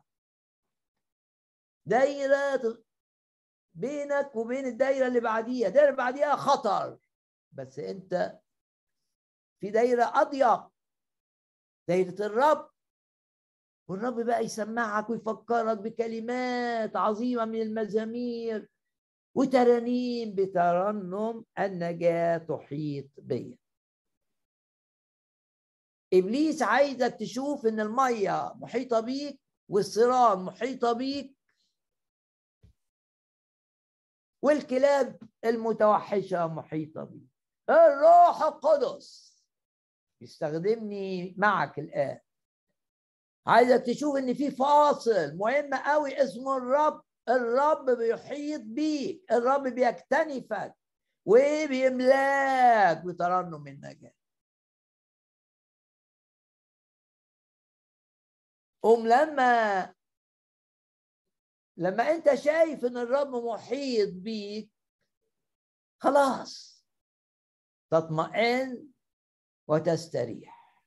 دايرة بينك وبين الدايرة اللي بعديها، دايرة بعديها خطر، بس أنت في دايرة أضيق، دايرة الرب. والرب بقى يسمعك ويفكرك بكلمات عظيمة من المزامير وترانيم. بترنم النجاة تحيط بيا. إبليس عايزك تشوف إن المية محيطة بيك والصراع محيطة بيك والكلاب المتوحشة محيطة بيك. الروح القدس يستخدمني معك الآن، عايزك تشوف إن في فاصل مهم قوي اسمه الرب. الرب بيحيط بيك، الرب بيكتنفك وبيملاك بترنم النجاة. قوم لما لما انت شايف ان الرب محيط بيك، خلاص تطمئن وتستريح.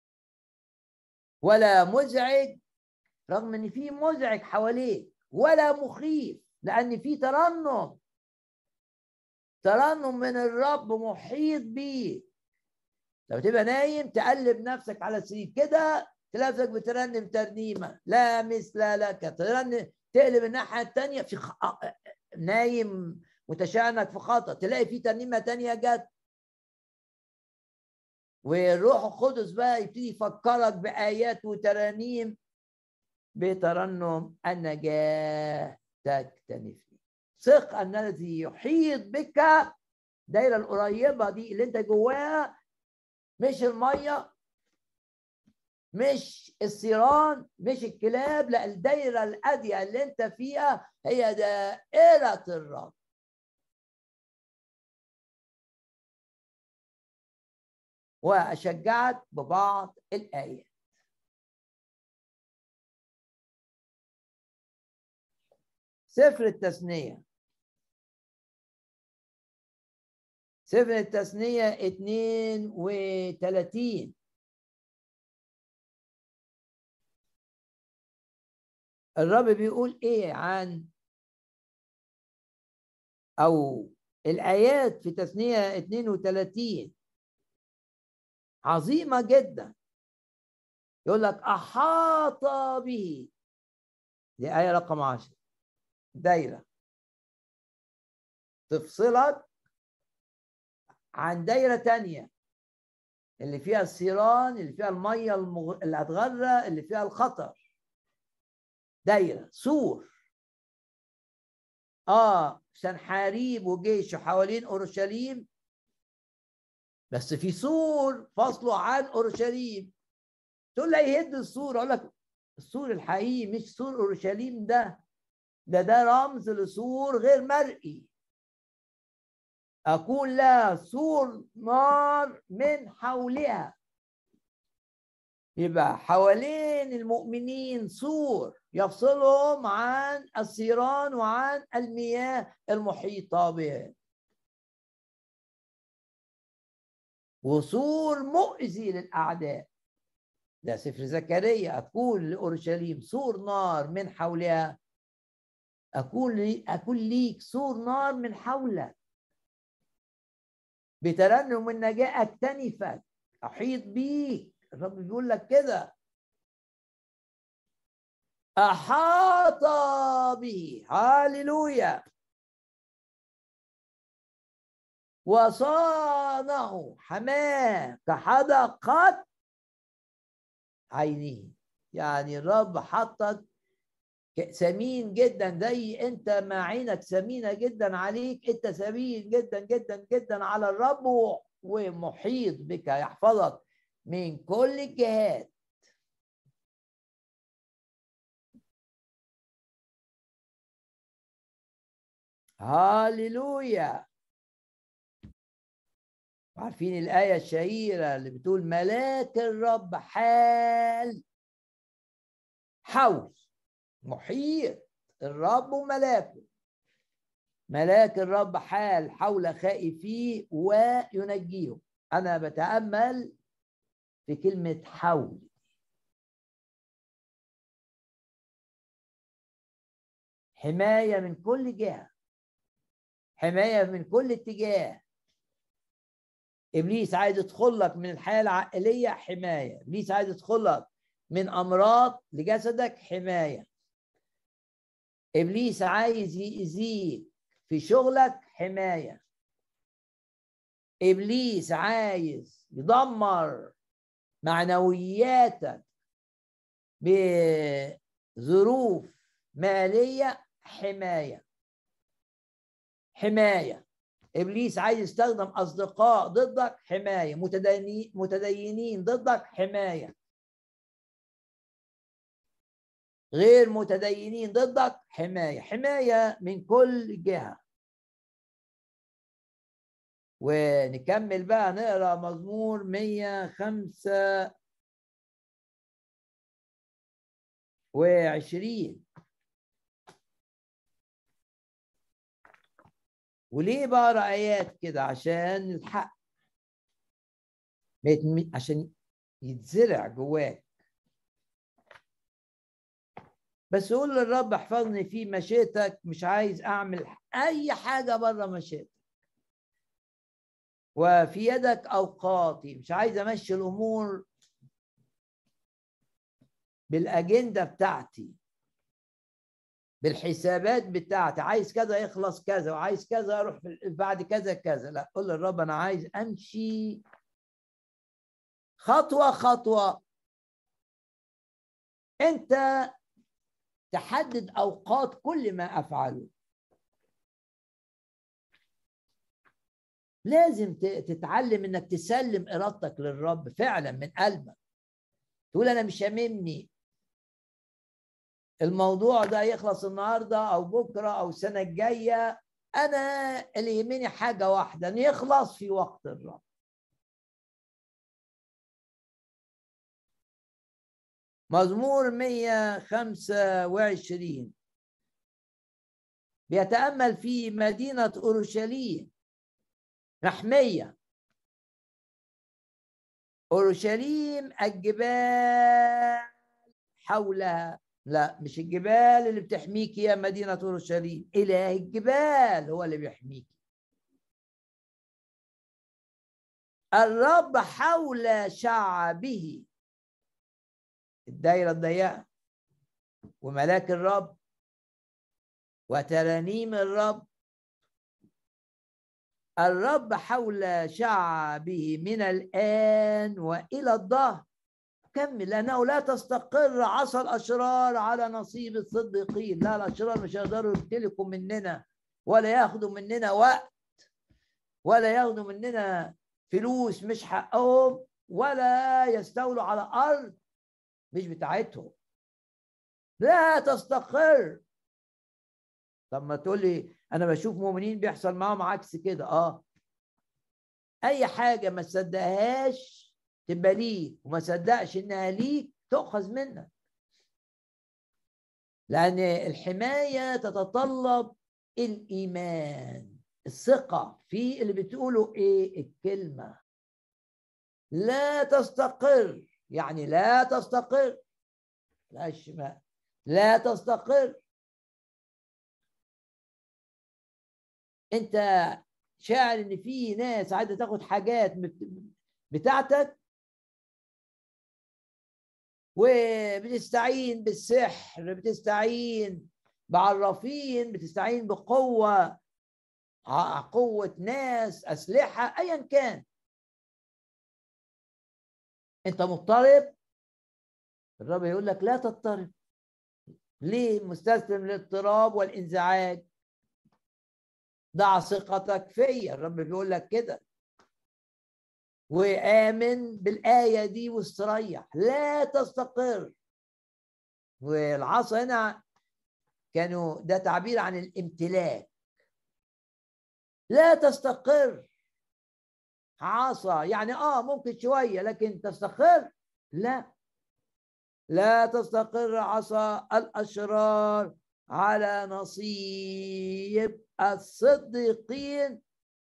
ولا مزعج، رغم ان في مزعج حواليك، ولا مخيف، لان في ترنم ترنم من الرب محيط بيك. لو تبقى نايم تقلب نفسك على السرير كده تلاقي نفسك بترنم ترنيمه لا مثل لك، ترنم تقلب الناحيه الثانيه في خ... نايم متشانك في خطأ تلاقي في ترنيمه ثانيه جت، والروح القدس بقى يبتدي يفكرك بآيات وترانيم. بترنم النجاة تكتنفني. ثق أن الذي يحيط بك، الدايرة القريبة دي اللي انت جواها، مش المية، مش الثيران، مش الكلاب، لا، الدايرة الأضيق اللي انت فيها هي دائرة الرب. وأشجعك ببعض الآيات. سفر التثنية، سفر التثنية اتنين وتلاتين. الرب بيقول ايه عن او الآيات في تثنية اتنين وتلاتين عظيمة جدا. يقول لك أحاط به، دي آية رقم عشرة، دايرة تفصلك عن دايرة تانية اللي فيها الثيران، اللي فيها المية المغ... اللي هتغرق، اللي فيها الخطر. دايرة سور، اه سنحاريب وجيش حوالين اورشليم، بس في سور فصله عن اورشليم. تقول لي يهد السور، اقول لك السور الحقيقي مش سور اورشليم، ده ده ده رمز لسور غير مرئي، اكون لها سور نار من حولها. يبقى حوالين المؤمنين سور يفصلهم عن الثيران وعن المياه المحيطة بهم، وسور مؤذي للأعداء. ده سفر زكريا، أكون لأورشليم سور نار من حولها، أكون لي أكون ليك سور نار من حولك، بترنم النجاة أكتنفك، أحيط بيك. الرب بيقول لك كده، أحاط به، هاليلويا، وصانه حماه كحدقة عينيه. يعني الرب حطك ثمين جدا، زي انت ما عينك ثمينه جدا عليك، انت ثمين جدا جدا جدا على الرب، ومحيط بك يحفظك من كل الجهات. هاليلويا. عارفين الآية الشهيرة اللي بتقول ملاك الرب حال حول، محيط الرب وملاكه، ملاك الرب حال حول خائفيه وينجيهم. أنا بتأمل في كلمة حول، حماية من كل جهة، حماية من كل اتجاه. إبليس عايز يدخل لك من الحياة العائلية، حماية. إبليس عايز يدخل لك من أمراض لجسدك، حماية. إبليس عايز يأذيك في شغلك، حماية. إبليس عايز يدمر معنوياتك بظروف مالية، حماية. حماية. إبليس عايز يستخدم أصدقاء ضدك، حماية. متدينين متدينين ضدك، حماية. غير متدينين ضدك، حماية. حماية من كل جهة. ونكمل بقى نقرأ مزمور مية وخمسة وعشرين. وليه بقرا ايات كده؟ عشان الحق، عشان يتزرع جواك. بس قول للرب احفظني في مشيئتك، مش عايز اعمل اي حاجه بره مشيئتك. وفي يدك اوقاتي، مش عايز امشي الامور بالاجنده بتاعتي، بالحسابات بتاعتي. عايز كذا يخلص كذا، وعايز كذا اروح بعد كذا كذا. لا، قول للرب انا عايز امشي خطوه خطوه. انت تحدد اوقات كل ما افعله. لازم تتعلم انك تسلم ارادتك للرب فعلا من قلبك. تقول انا مش هاممني الموضوع ده يخلص النهارده او بكره او السنه الجايه، انا اللي يهمني حاجه واحده، ان يخلص في وقت الرب. مزمور مية وخمسة وعشرين بيتامل في مدينه اورشليم محميه. اورشليم الجبال حولها. لا، مش الجبال اللي بتحميك يا مدينة اورشليم، إله الجبال هو اللي بيحميك. الرب حول شعبه، الدايرة الضيقة، وملاك الرب وترانيم الرب. الرب حول شعبه من الآن وإلى الدهر. كمل، لأنه لا تستقر عصا الأشرار على نصيب الصديقين. لا، الأشرار مش هيقدروا يمتلكوا مننا ولا ياخدوا مننا وقت ولا ياخدوا مننا فلوس مش حقهم، ولا يستولوا على أرض مش بتاعتهم. لا تستقر. طب ما تقول لي أنا بشوف مؤمنين بيحصل معاهم عكس كده. آه أي حاجة ما تصدقهاش تبقى ليك، وما صدقش إنها ليك تؤخذ منك. لأن الحماية تتطلب الإيمان، الثقة في اللي بتقوله إيه الكلمة. لا تستقر يعني لا تستقر، لا الشمال لا تستقر. أنت شاعر إن في ناس عايزة تاخد حاجات بتاعتك، وبتستعين بالسحر، بتستعين بعرافين، بتستعين بقوة، قوة ناس، أسلحة، أيا كان. أنت مضطرب، الرب يقول لك لا تضطرب. ليه؟ مستسلم للاضطراب والانزعاج. ضع ثقتك فيا، الرب بيقول لك كده، وآمن بالآية دي واستريح. لا تستقر. والعصا هنا كانوا ده تعبير عن الامتلاك. لا تستقر عصا يعني اه ممكن شويه، لكن تستقر لا. لا تستقر عصا الاشرار على نصيب الصديقين.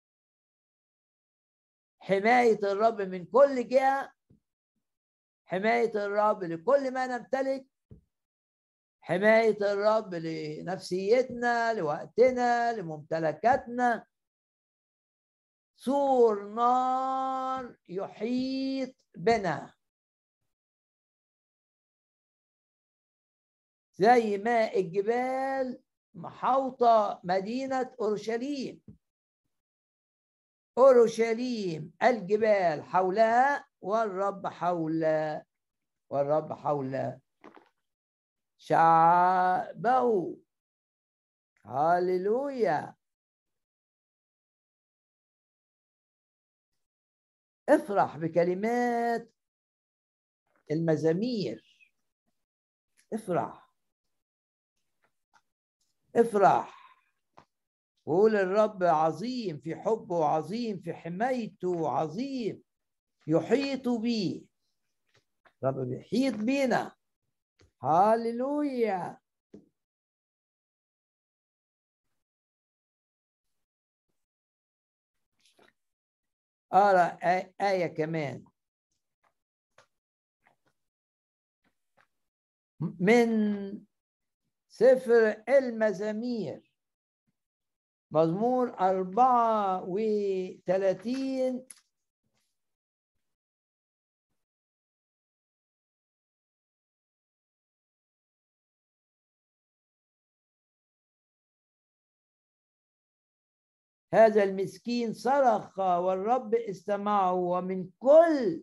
حمايه الرب من كل جهه، حمايه الرب لكل ما نمتلك، حمايه الرب لنفسيتنا، لوقتنا، لممتلكاتنا. سور نار يحيط بنا، زي ما الجبال محوطة مدينة أورشليم. أورشليم الجبال حولها، والرب حول والرب حول شعبه. هاليلويا. افرح بكلمات المزامير. افرح افرح وقول الرب عظيم في حبه، عظيم في حمايته، عظيم يحيط بي. الرب بيحيط بينا. هاليلويا. أقرأ آية كمان من سفر المزامير، مزمور أربعة وثلاثين. هذا المسكين صرخ والرب استمعه، ومن كل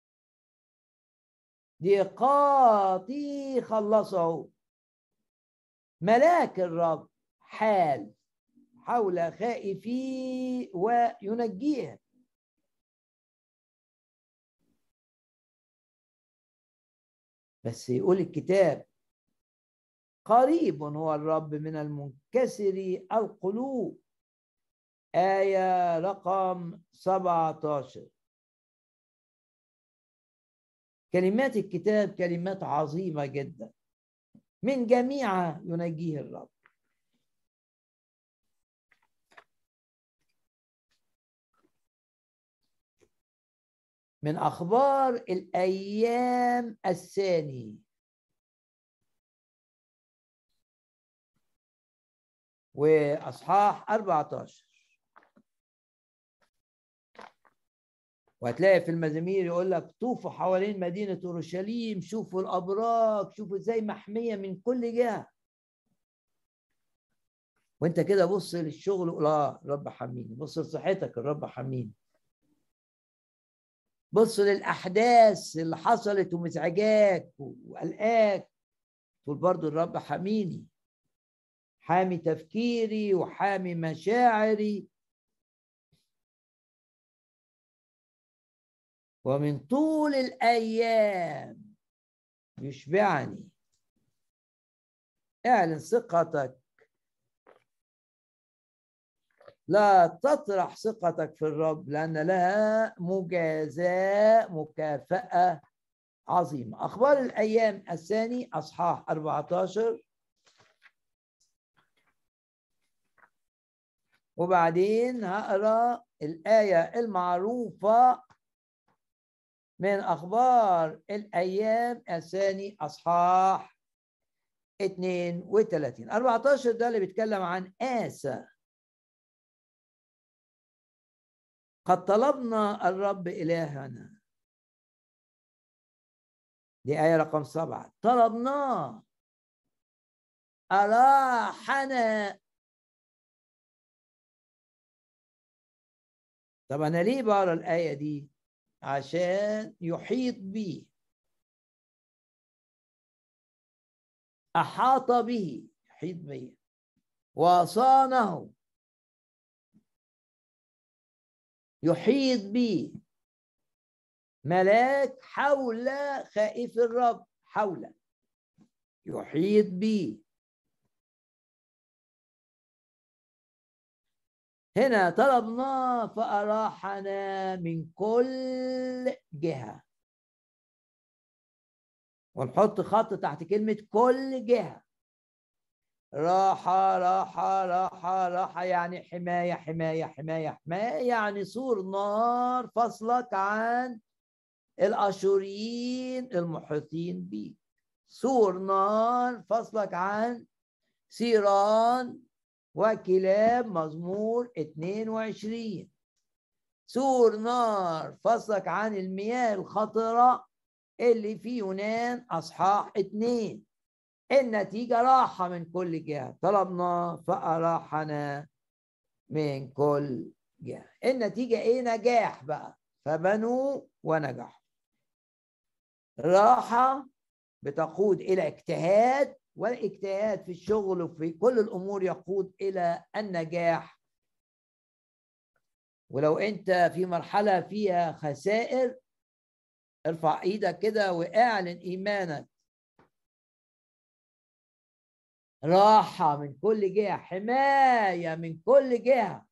ضيقاتي خلصه. ملاك الرب حال حول خائفي وينجيه. بس يقول الكتاب قريب هو الرب من المنكسر القلوب. آية رقم سبعة عشر. كلمات الكتاب كلمات عظيمة جدا، من جميعها ينجيه الرب. من أخبار الأيام الثاني وأصحاح أربعة عشر. وهتلاقي في المزامير يقول لك طوفوا حوالين مدينة أورشليم، شوفوا الأبراج، شوفوا ازاي محمية من كل جهة. وانت كده بص للشغل وقول اه الرب حميني، بص لصحتك الرب حميني، بص للاحداث اللي حصلت ومزعجاك وقلقاك تقول برضو الرب حميني، حامي تفكيري وحامي مشاعري، ومن طول الايام يشبعني. اعلن ثقتك، لا تطرح ثقتك في الرب لأن لها مجازاة مكافأة عظيمة. أخبار الأيام الثاني أصحاح أربعة عشر، وبعدين هقرأ الآية المعروفة من أخبار الأيام الثاني أصحاح اثنين وثلاثين. أربعة عشر ده اللي بيتكلم عن آسى. قد طلبنا الرب إلهنا، دي آية رقم سبعة، طلبناه أراحنا. طب أنا ليه بقرا الآية دي؟ عشان يحيط بي، أحاط به، يحيط بي، وصانه، يحيط بي ملاك حول خائف الرب، حول، يحيط بي. هنا طلبنا فأراحنا من كل جهة، ونحط خط تحت كلمة كل جهة. راحة راحة راحة راحة يعني حماية حماية حماية حماية، يعني سور نار فصلك عن الأشوريين المحيطين بيك، سور نار فصلك عن سيران وكلاب، مزمور اثنين وعشرين. سور نار فصلك عن المياه الخطرة اللي في يونان أصحاح اثنين. النتيجة راحة من كل جهة، طلبنا فأراحنا من كل جهة. النتيجة ايه؟ نجاح بقى، فبنوا ونجحوا. راحة بتقود إلى اجتهاد، والاجتهاد في الشغل وفي كل الأمور يقود إلى النجاح. ولو أنت في مرحلة فيها خسائر ارفع إيدك كده واعلن إيمانك. راحة من كل جهة، حماية من كل جهة،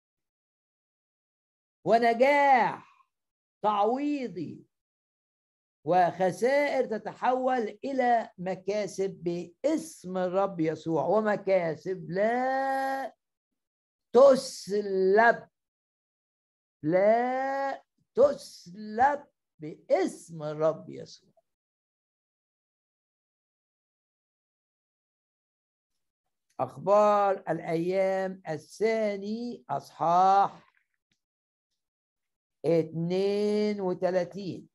ونجاح تعويضي، وخسائر تتحول إلى مكاسب باسم الرب يسوع، ومكاسب لا تسلب، لا تسلب باسم الرب يسوع. أخبار الأيام الثاني أصحاح اثنين وثلاثين،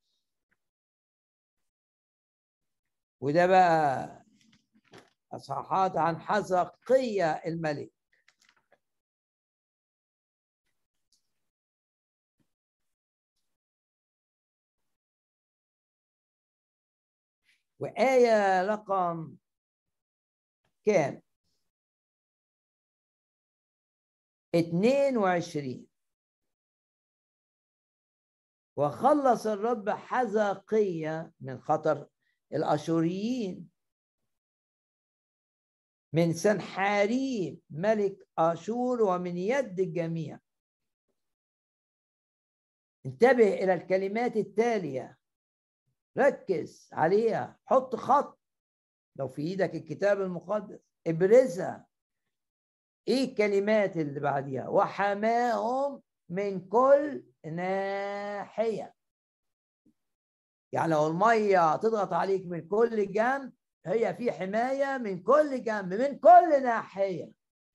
وده بقى أصحاحات عن حزقية الملك. وآية رقم كام؟ اثنين وعشرين. وخلص الرب حزقية من خطر الأشوريين، من سنحاريب ملك آشور، ومن يد الجميع. انتبه إلى الكلمات التالية، ركز عليها، حط خط لو في إيدك الكتاب المقدس ابرزها. إيه الكلمات اللي بعديها؟ وحماهم من كل ناحية. يعني لو المية تضغط عليك من كل جنب، هي في حماية من كل جنب، من كل ناحية.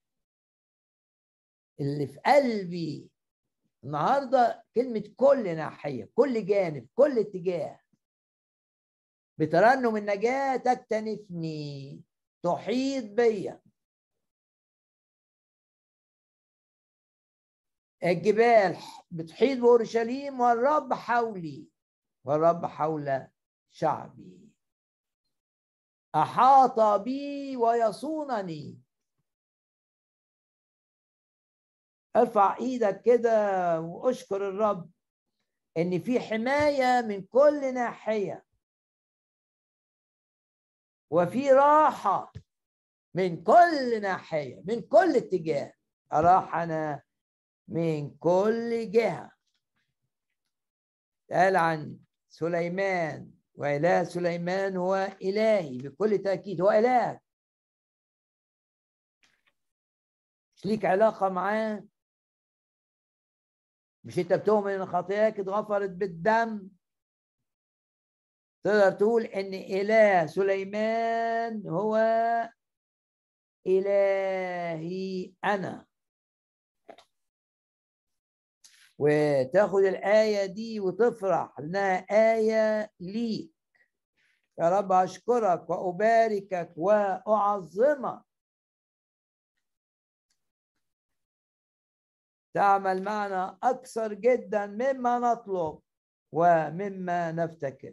اللي في قلبي النهارده كلمة كل ناحية، كل جانب، كل اتجاه. بترنم النجاة تكتنفني، تحيط بيا. الجبال بتحيط بأورشليم والرب حولي والرب حول شعبي، أحاط بي ويصونني. ارفع ايدك كده واشكر الرب ان في حماية من كل ناحية، وفي راحة من كل ناحية، من كل اتجاه. أراحنا من كل جهة. قال عن سليمان: وإله سليمان هو إلهي. بكل تأكيد هو إله. مش ليك علاقة معاه؟ مش انت بتؤمن ان خطاياك اتغفرت بالدم؟ تقدر تقول ان إله سليمان هو إلهي أنا، وتاخد الآية دي وتفرح إنها آية ليك. يا رب أشكرك وأباركك وأعظمك. تعمل معنا أكثر جدا مما نطلب ومما نفتكر.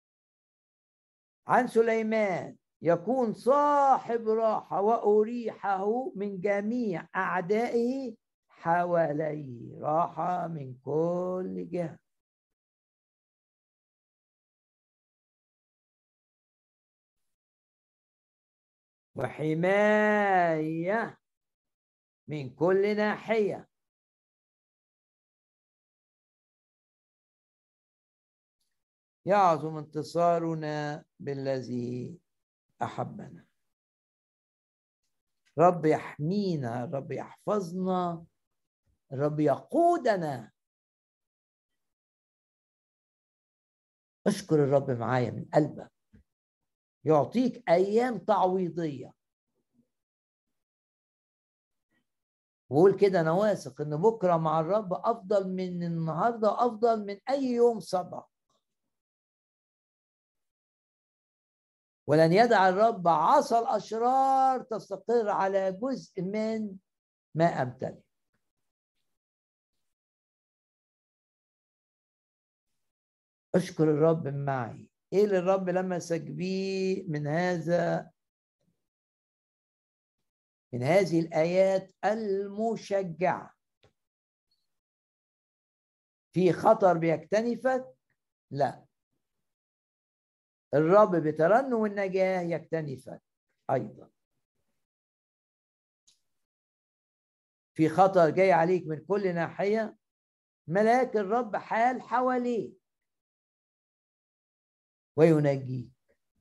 عن سليمان: يكون صاحب راحة وأريحه من جميع أعدائه حواليه. راحة من كل جهة. وحماية من كل ناحية. يعظم انتصارنا بالذي أحبنا. رب يحمينا، رب يحفظنا، رب يقودنا. اشكر الرب معايا من قلبك. يعطيك أيام تعويضية. وقول كده: أنا واثق إن بكرة مع الرب أفضل من النهاردة، أفضل من أي يوم سبق. ولن يدع الرب عصا الأشرار تستقر على جزء من ما أمتلك. اشكر الرب معي. ايه اللي الرب لمسك بيه من هذا من هذه الآيات المشجعة؟ في خطر بيكتنفك؟ لا، الرب بترنم النجاة يكتنفك أيضا. في خطر جاي عليك من كل ناحية، ملاك الرب حال حواليك وينجيك.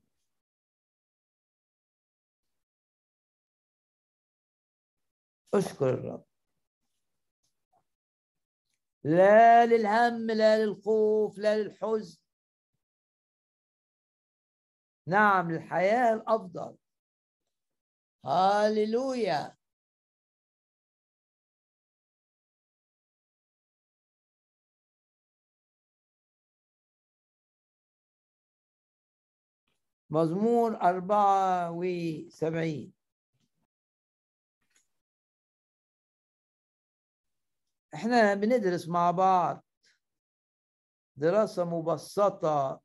اشكر الرب. لا للهم، لا للخوف، لا للحزن. نعم، للحياة الأفضل. هاليلويا. مزمور أربعة وسبعين. احنا بندرس مع بعض دراسة مبسطة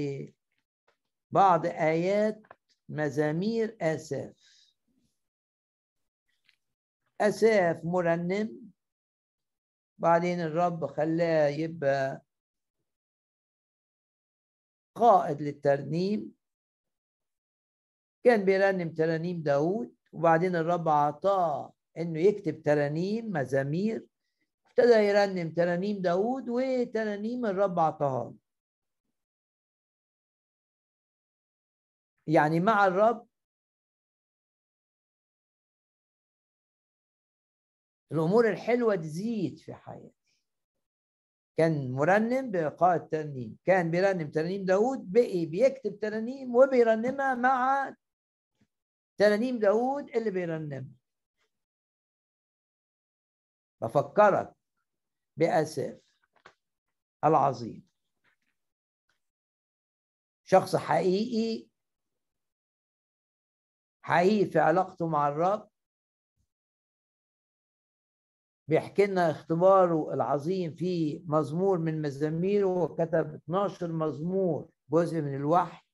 لبعض آيات مزامير آساف. آساف مرنم، بعدين الرب خلاه يبقى قائد للترنيم. كان بيرنم ترانيم داود، وبعدين الرب عطاه انه يكتب ترانيم مزامير. ابتدى يرنم ترانيم داود وترانيم الرب عطاها له. يعني مع الرب الامور الحلوه تزيد في حياتي. كان مرنم بقائد ترنيم، كان بيرنم ترانيم داود، بقي بيكتب ترانيم وبيرنمها مع ترانيم داود اللي بيرنمها. بفكرك بآساف العظيم، شخص حقيقي حقيقي في علاقته مع الرب. بيحكي لنا اختباره العظيم في مزمور من مزاميره، وكتب اتناشر مزمور جزء من الوحي.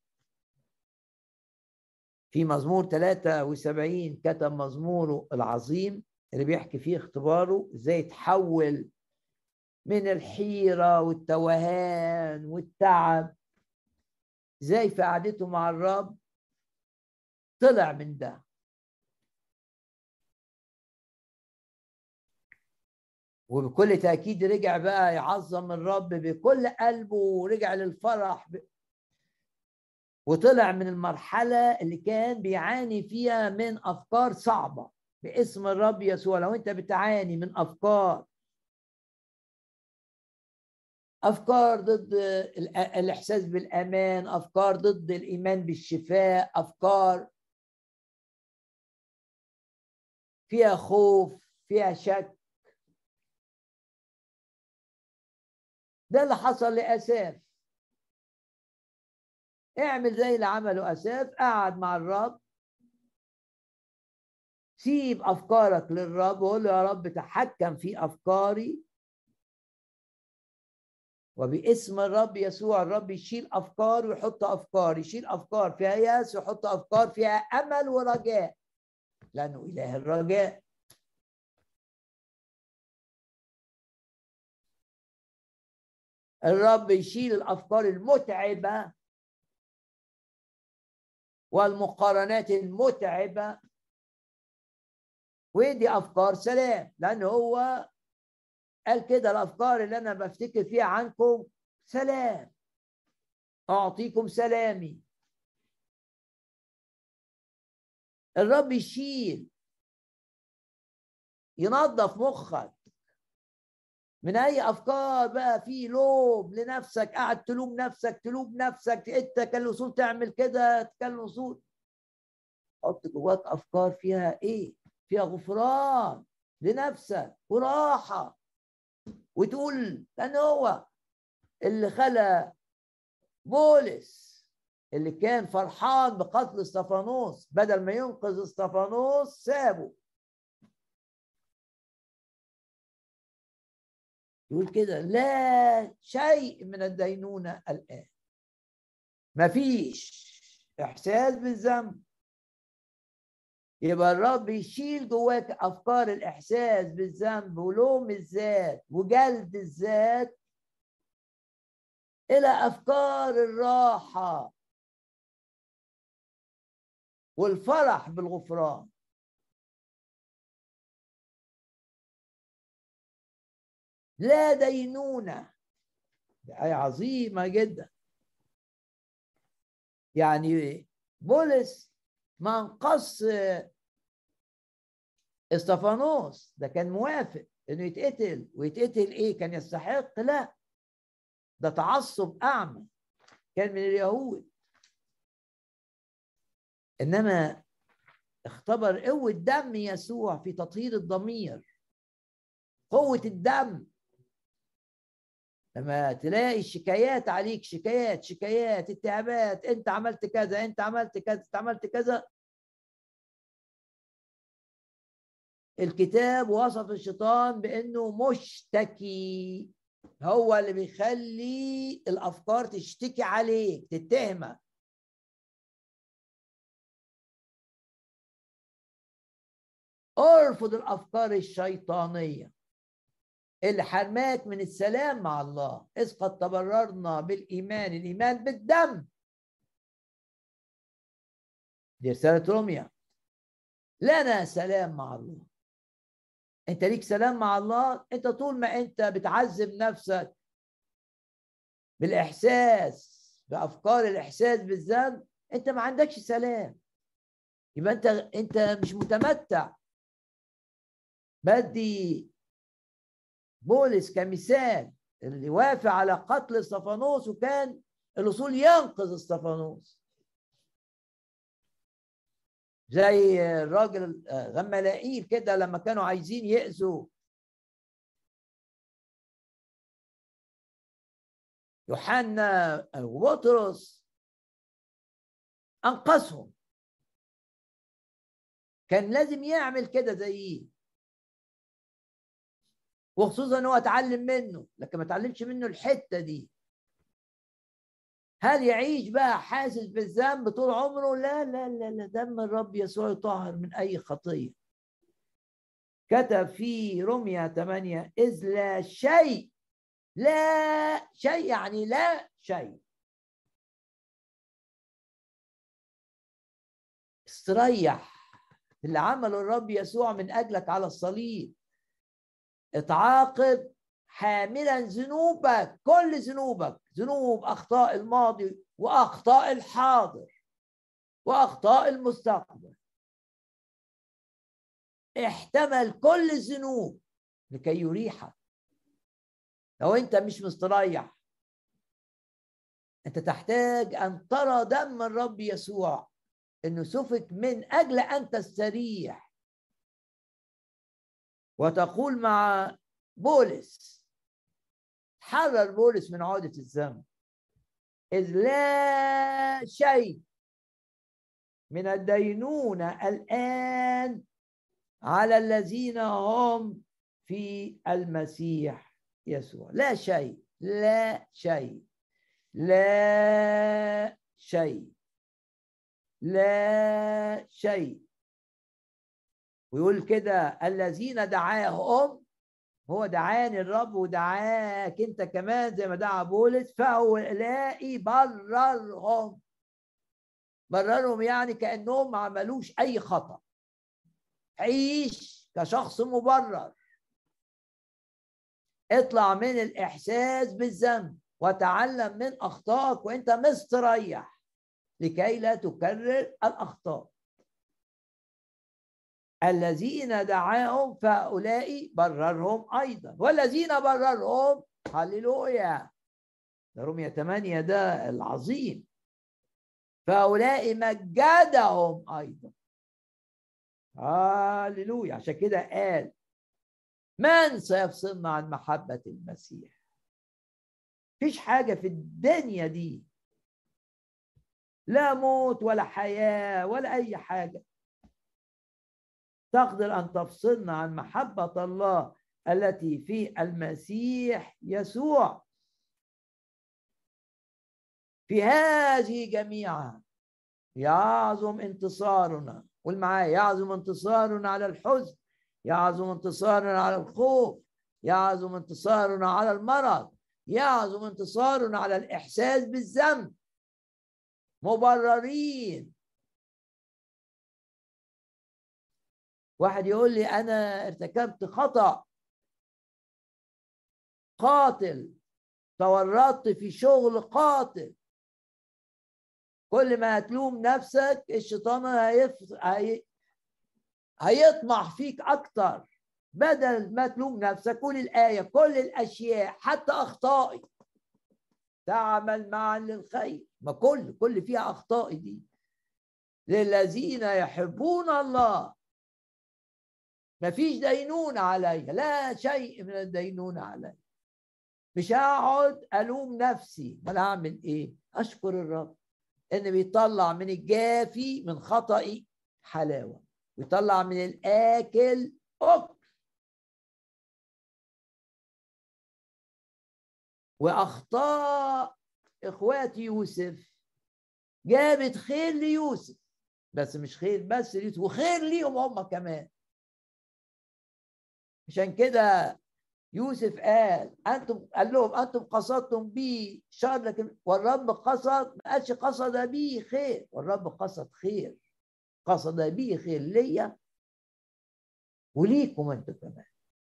في مزمور ثلاثة وسبعين كتب مزموره العظيم اللي بيحكي فيه اختباره ازاي تحول من الحيرة والتوهان والتعب، ازاي في قعدته مع الرب طلع من ده. وبكل تأكيد رجع بقى يعظم الرب بكل قلبه، ورجع للفرح ب... وطلع من المرحلة اللي كان بيعاني فيها من أفكار صعبة باسم الرب يسوع. لو أنت بتعاني من أفكار أفكار ضد الإحساس بالأمان، أفكار ضد الإيمان بالشفاء، أفكار فيها خوف، فيها شك، ده اللي حصل لأساف. اعمل زي اللي عمله أساف، قعد مع الرب، سيب أفكارك للرب وقول له يا رب تحكم في أفكاري، وباسم الرب يسوع الرب يشيل أفكار ويحط أفكار، يشيل أفكار فيها يأس ويحط أفكار فيها أمل ورجاء، لأنه إله الرجاء. الرب يشيل الأفكار المتعبة والمقارنات المتعبة ويدي أفكار سلام، لأنه هو قال كده الأفكار اللي أنا بفتكر فيها عنكم سلام، أعطيكم سلامي. الرب يشيل، ينظف مخك من أي أفكار بقى في لوم لنفسك، قاعد تلوم نفسك تلوم نفسك، أنت كان الأصول تعمل كده، كان الأصول. حط جواك أفكار فيها إيه؟ فيها غفران لنفسك وراحة، وتقول لأن هو اللي خلق بولس اللي كان فرحان بقتل استفانوس، بدل ما ينقذ استفانوس سابه. يقول كده لا شيء من الدينونة الآن، مفيش إحساس بالذنب. يبقى الرب يشيل جواك أفكار الإحساس بالذنب ولوم الذات وجلد الذات إلى أفكار الراحة والفرح بالغفران. لا دينونة، دي آية عظيمة جدا. يعني بولس ما انقص استفانوس، ده كان موافق انه يتقتل، ويتقتل ايه كان يستحق؟ لا، ده تعصب اعمى كان من اليهود. انما اختبر قوة دم يسوع في تطهير الضمير، قوة الدم. لما تلاقي الشكايات عليك، شكايات شكايات اتهامات، انت عملت كذا انت عملت كذا انت عملت كذا، الكتاب وصف الشيطان بانه مشتكي، هو اللي بيخلي الافكار تشتكي عليك تتهمك. ارفض الافكار الشيطانيه اللي حرماك من السلام مع الله، اذ قد تبررنا بالايمان، الايمان بالدم. دي رساله روميا. لنا سلام مع الله. انت ليك سلام مع الله؟ انت طول ما انت بتعذب نفسك بالاحساس بافكار الاحساس بالذنب، انت ما عندكش سلام. يبقى انت انت مش متمتع. بدي بولس كمثال اللي وافق على قتل استفانوس، وكان الاصول ينقذ استفانوس، زي الراجل غملائيل كده لما كانوا عايزين يأذوا يوحنا وبطرس انقذهم. كان لازم يعمل كده زيه. وخصوصا ان هو اتعلم منه، لكن ما اتعلمش منه الحته دي. هل يعيش بقى حاسس بالذنب طول عمره؟ لا لا لا لا، دم الرب يسوع يطهر من اي خطيه. كتب في روميا ثمانية: اذ لا شيء، لا شيء يعني لا شيء. استريح في اللي عمله الرب يسوع من اجلك على الصليب. اتعاقب حاملا ذنوبك، كل ذنوبك، ذنوب اخطاء الماضي واخطاء الحاضر واخطاء المستقبل. احتمل كل الذنوب لكي يريحك. لو انت مش مستريح، انت تحتاج ان ترى دم الرب يسوع انه سفك من اجل ان تستريح، وتقول مع بولس، حرر بولس من عقدة الذنب: إذ لا شيء من الدينونة الآن على الذين هم في المسيح يسوع. لا شيء، لا شيء، لا شيء، لا شيء. ويقول كده: الذين دعاهم، هو دعاني الرب ودعاك انت كمان زي ما دعا بولس، فهؤلاء بررهم. بررهم يعني كأنهم ما عملوش اي خطأ. عيش كشخص مبرر. اطلع من الاحساس بالذنب وتعلم من اخطائك وانت مستريح لكي لا تكرر الاخطاء. الذين دعاهم فهؤلاء بررهم ايضا، والذين بررهم، هللويا، ده رومية ثمانية ده العظيم، فهؤلاء مجدهم ايضا. هللويا. عشان كده قال: من سيفصلنا عن محبة المسيح؟ مفيش حاجة في الدنيا دي، لا موت ولا حياة ولا أي حاجة، تقدر أن تفصلنا عن محبة الله التي في المسيح يسوع. في هذه جميعها يعظم انتصارنا. قول معايا: يعظم انتصارنا على الحزن، يعظم انتصارنا على الخوف، يعظم انتصارنا على المرض، يعظم انتصارنا على الإحساس بالذنب. مبررين. واحد يقول لي: أنا ارتكبت خطأ، قاتل، تورطت في شغل قاتل. كل ما هتلوم نفسك الشيطان هيف... هي... هيطمع فيك أكتر. بدل ما تلوم نفسك قول الآية: كل الأشياء حتى أخطائي تعمل معا للخير. ما كل كل فيها أخطائي دي للذين يحبون الله. ما فيش دينونة علي، لا شيء من الدينونة علي. مش هقعد ألوم نفسي، ما أنا أعمل إيه؟ أشكر الرب إن بيطلع من الجافي من خطئي حلاوة، ويطلع من الآكل أكل. وأخطاء إخواتي يوسف جابت خير ليوسف، بس مش خير بس ليوسف، وخير ليهم هم كمان. عشان كده يوسف قال أنتم قال لهم: أنتم قصدتم بي شر، لكن والرب قصد، ما قالش قصد بي خير، والرب قصد خير. قصد بي خير ليا وليكم أنتم كمان.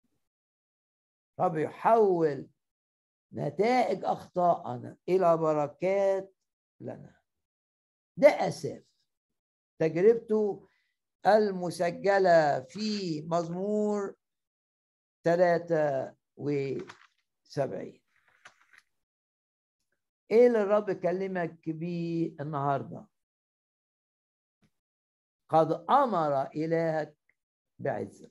رب يحول نتائج أخطائنا إلى بركات لنا. ده أساس تجربته المسجلة في مزمور ثلاثة وسبعين. ايه اللي الرب كلمك بيه النهارده؟ قد امر الهك بعزك،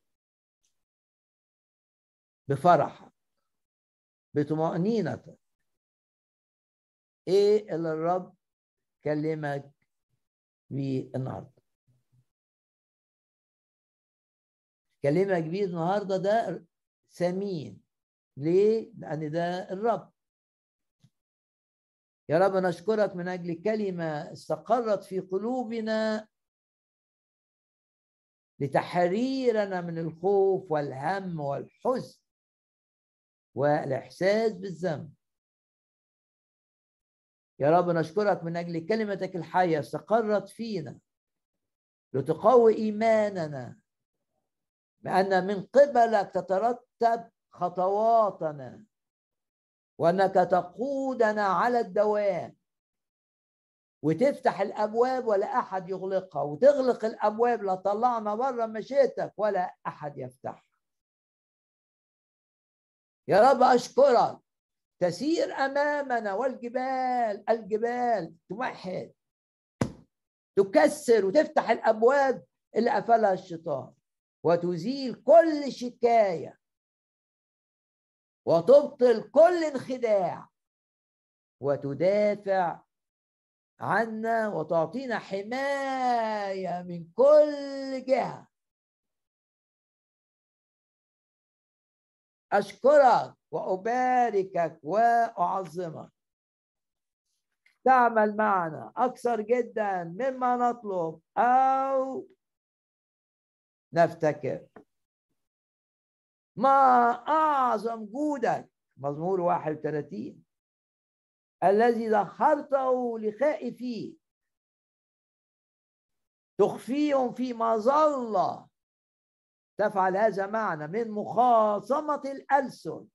بفرحك، بطمأنينتك. ايه اللي الرب كلمك بيه النهارده؟ كلمك بيه النهارده ده ثمين. ليه؟ لأن ده الرب. يا رب نشكرك من أجل كلمة استقرت في قلوبنا لتحريرنا من الخوف والهم والحزن والإحساس بالذنب. يا رب نشكرك من أجل كلمتك الحية استقرت فينا لتقوي إيماننا بأن من قبلك تترتب خطواتنا، وأنك تقودنا على الدوام، وتفتح الأبواب ولا أحد يغلقها، وتغلق الأبواب لا تطلعنا بره مشيئتك ولا أحد يفتحها. يا رب أشكرك، تسير أمامنا والجبال الجبال تمهد، تكسر وتفتح الأبواب اللي قفلها الشيطان، وتزيل كل شكاية، وتبطل كل انخداع، وتدافع عنا وتعطينا حماية من كل جهة. أشكرك وأباركك وأعظمك. تعمل معنا أكثر جدا مما نطلب أو نفتكر. ما أعظم جودك، مزمور واحد وثلاثين، الذي ذخرته لخائفيه تخفيهم في مظلة. تفعل هذا معنا من مخاصمة الألسن.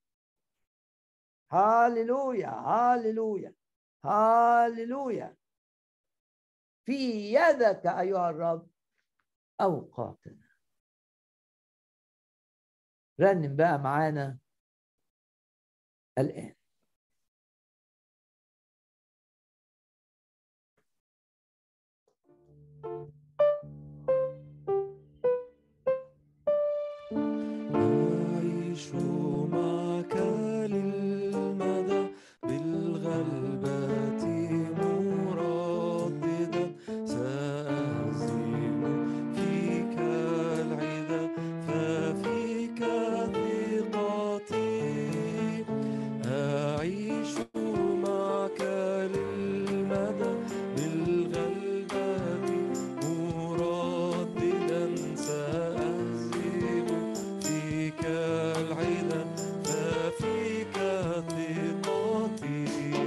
هاليلويا هاليلويا هاليلويا. في يدك أيها الرب أوقاتنا. رنم بقى معانا الآن. أعيش معك للمدى بالغلبة مرددا، سأهزم فيك العدا ففيك ثقتي. أعيش معك للمدى بالغلبة مرددا، سأهزم فيك العدا ففيك ثقتي.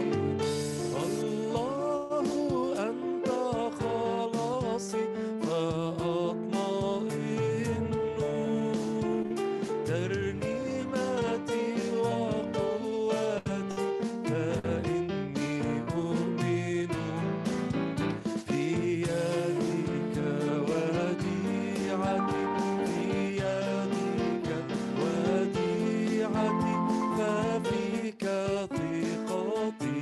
الله أنت خلاصي فأطمئن، ترنيمتي وقوتي فإني أؤمن. في يدك وديعتي، في يدك وديعتي ففيك ثقتي.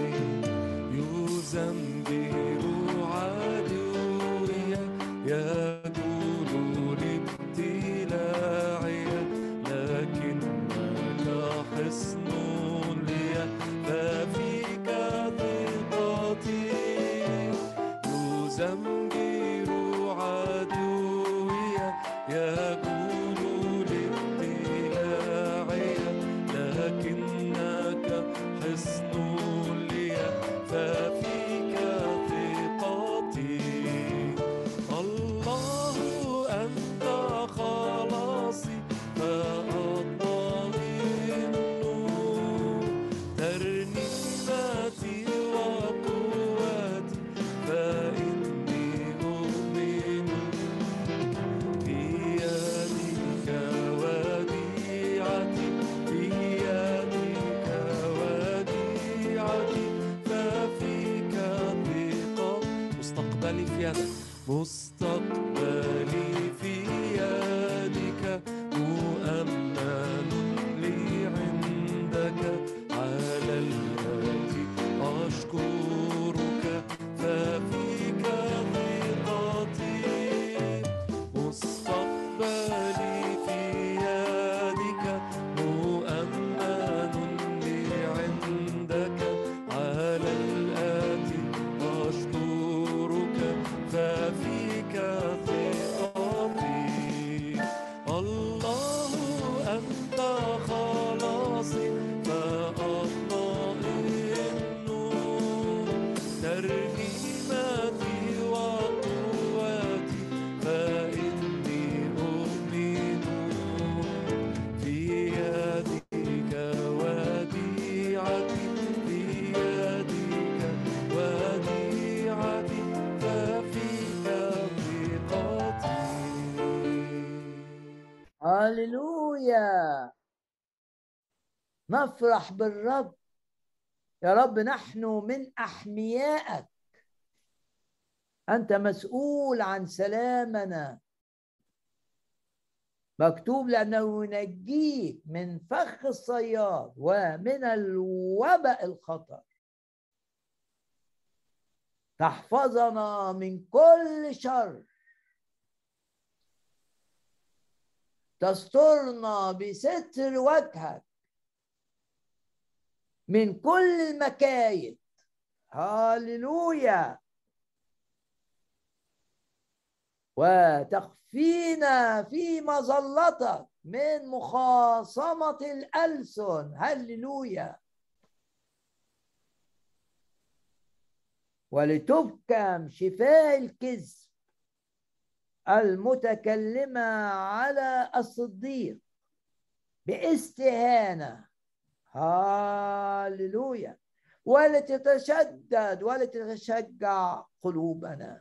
يزمجر عدوي يقول لابتلاعي، لكنك حصن لي ففيك ثقتي. يزمجر عدوي يقول لابتلاعي، لكنك حصن لي ففيك ثقتي. الله أنت خلاصي فأطمئن، ترنيمتي وقوتي فإني أؤمن. في يدك وديعتي، في يدك وديعتي ففيك ثقة. مستقبلي في يدك، مستقبلي في يدك، مؤمن لي عندك. على الآتي أشكرك ففيك ثقتي. مستقبلي في يدك، مؤمن لي عندك. على الآتي أشكرك ففيك ثقتي. هللويا. نفرح بالرب. يا رب نحن من أحميائك، أنت مسؤول عن سلامنا. مكتوب لأنه ينجيك من فخ الصياد ومن الوباء الخطر، تحفظنا من كل شر، تسترنا بستر وجهك من كل المكايد. هاليلويا. وتخفينا في مظلتك من مخاصمة الألسن. هاليلويا. ولتبكم شفاء الكذب المتكلمة على الصديق باستهانة. هاليلويا. ولتتشدد ولتتشجع قلوبنا.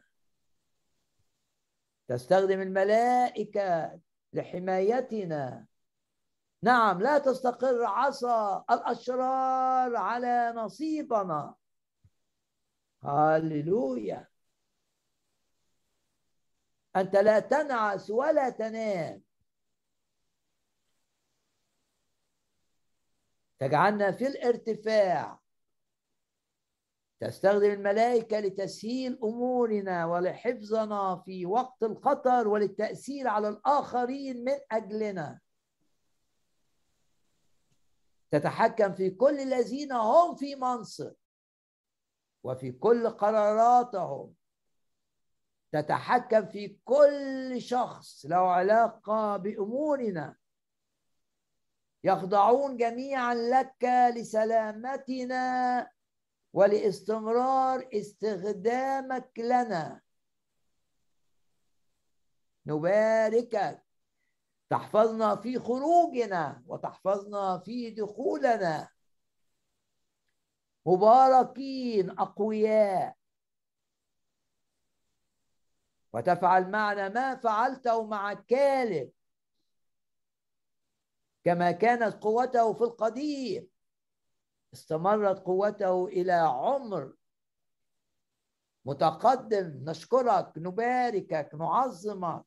تستخدم الملائكة لحمايتنا. نعم، لا تستقر عصا الأشرار على نصيبنا. هاليلويا. أنت لا تنعس ولا تنام، تجعلنا في الارتفاع. تستخدم الملائكة لتسهيل أمورنا ولحفظنا في وقت الخطر وللتأثير على الآخرين من أجلنا. تتحكم في كل الذين هم في منصب وفي كل قراراتهم. تتحكم في كل شخص له علاقة بأمورنا. يخضعون جميعا لك لسلامتنا ولاستمرار استخدامك لنا. نباركك. تحفظنا في خروجنا وتحفظنا في دخولنا. مباركين أقوياء. وتفعل معنا ما فعلته مع كالب، كما كانت قوته في القديم استمرت قوته إلى عمر متقدم. نشكرك، نباركك، نعظمك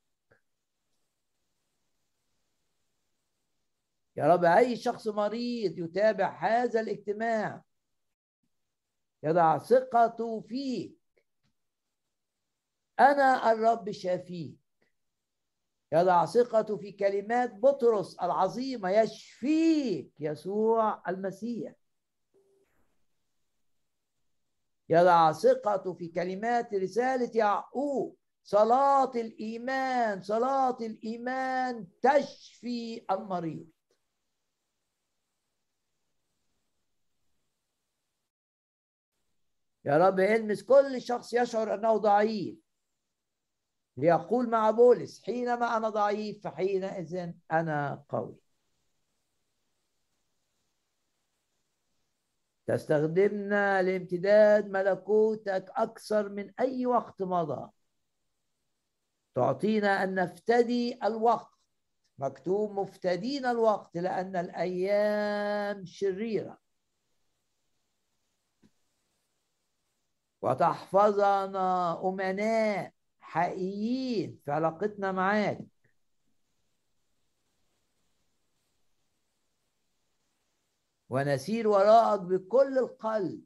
يا رب. أي شخص مريض يتابع هذا الاجتماع يضع ثقته فيك. أنا الرب شافيك. يضع ثقته في كلمات بطرس العظيمة: يشفيك يسوع المسيح. يضع ثقته في كلمات رسالة يعقوب: صلاة الإيمان، صلاة الإيمان تشفي المريض. يا رب المس كل شخص يشعر أنه ضعيف ليقول مع بولس: حينما أنا ضعيف فحينئذ أنا قوي. تستخدمنا لامتداد ملكوتك أكثر من أي وقت مضى. تعطينا أن نفتدي الوقت. مكتوب: مفتدين الوقت لأن الأيام شريرة. وتحفظنا أمناء حقيقيين في علاقتنا معاك. ونسير وراءك بكل القلب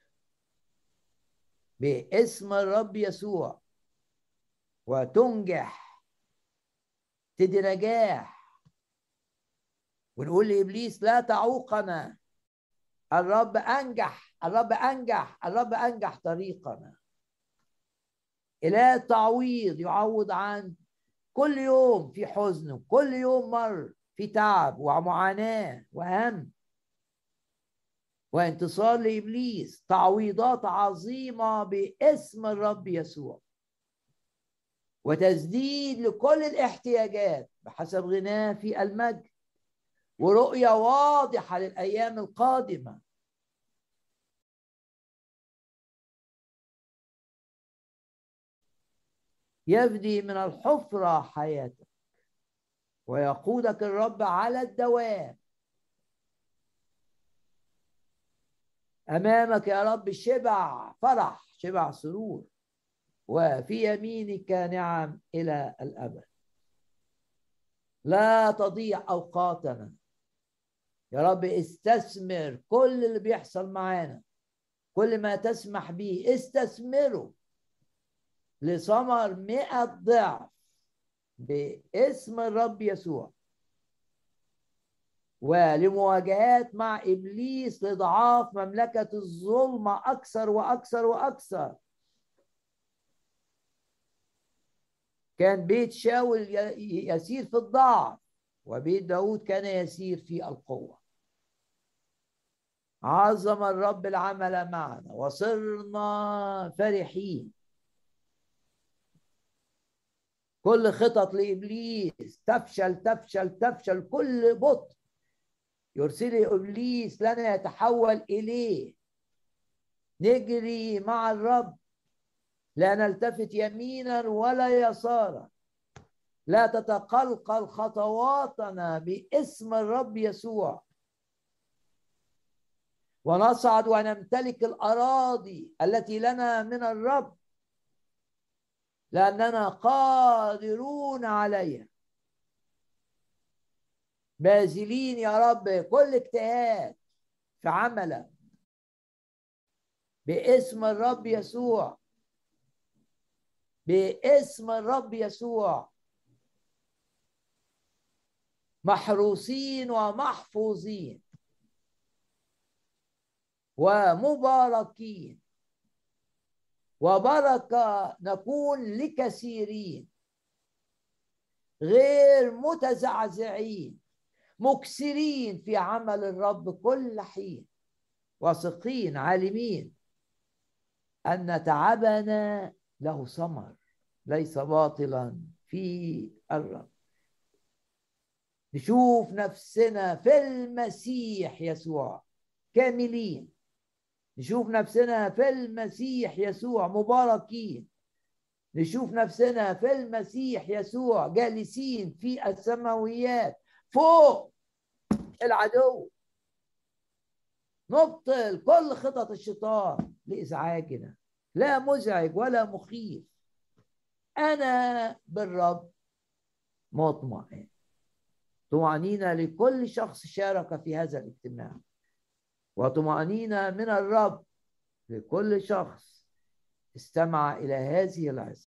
باسم الرب يسوع. وتنجح، تدي نجاح. ونقول لإبليس: لا تعوقنا. الرب أنجح، الرب أنجح، الرب أنجح طريقنا. إله التعويض يعوض عن كل يوم في حزن، كل يوم مر في تعب ومعاناة وهم وانتصار لإبليس. تعويضات عظيمة باسم الرب يسوع. وتسديد لكل الاحتياجات بحسب غناه في المجد. ورؤية واضحة للأيام القادمة. يفدي من الحفرة حياتك ويقودك الرب على الدوام. أمامك يا رب شبع فرح، شبع سرور، وفي يمينك نعم إلى الأبد. لا تضيع أوقاتنا يا رب، استثمر كل اللي بيحصل معانا، كل ما تسمح به استثمره لثمر مئة ضعف باسم الرب يسوع، ولمواجهات مع إبليس لضعاف مملكة الظلمة أكثر وأكثر وأكثر. كان بيت شاول يسير في الضعف، وبيت داود كان يسير في القوة. عظم الرب العمل معنا وصرنا فرحين. كل خطط لإبليس تفشل تفشل تفشل، كل بطء يرسله إبليس لنا يتحول إليه. نجري مع الرب، لا نلتفت يمينا ولا يسارا، لا تتقلقل خطواتنا باسم الرب يسوع، ونصعد ونمتلك الأراضي التي لنا من الرب، لأننا قادرون عليها، باذلين يا رب كل اجتهاد في عملك باسم الرب يسوع، باسم الرب يسوع، محروسين ومحفوظين ومباركين، وبركة نكون لكثيرين، غير متزعزعين، مكسرين في عمل الرب كل حين، واثقين عالمين أن تعبنا له ثمر ليس باطلا في الرب. نشوف نفسنا في المسيح يسوع كاملين، نشوف نفسنا في المسيح يسوع مباركين، نشوف نفسنا في المسيح يسوع جالسين في السماويات فوق العدو. نبطل كل خطط الشيطان لإزعاجنا، لا مزعج ولا مخيف. أنا بالرب مطمئن. طمأنينة لكل شخص شارك في هذا الاجتماع، وطمأنينة من الرب لكل شخص استمع إلى هذه العظة.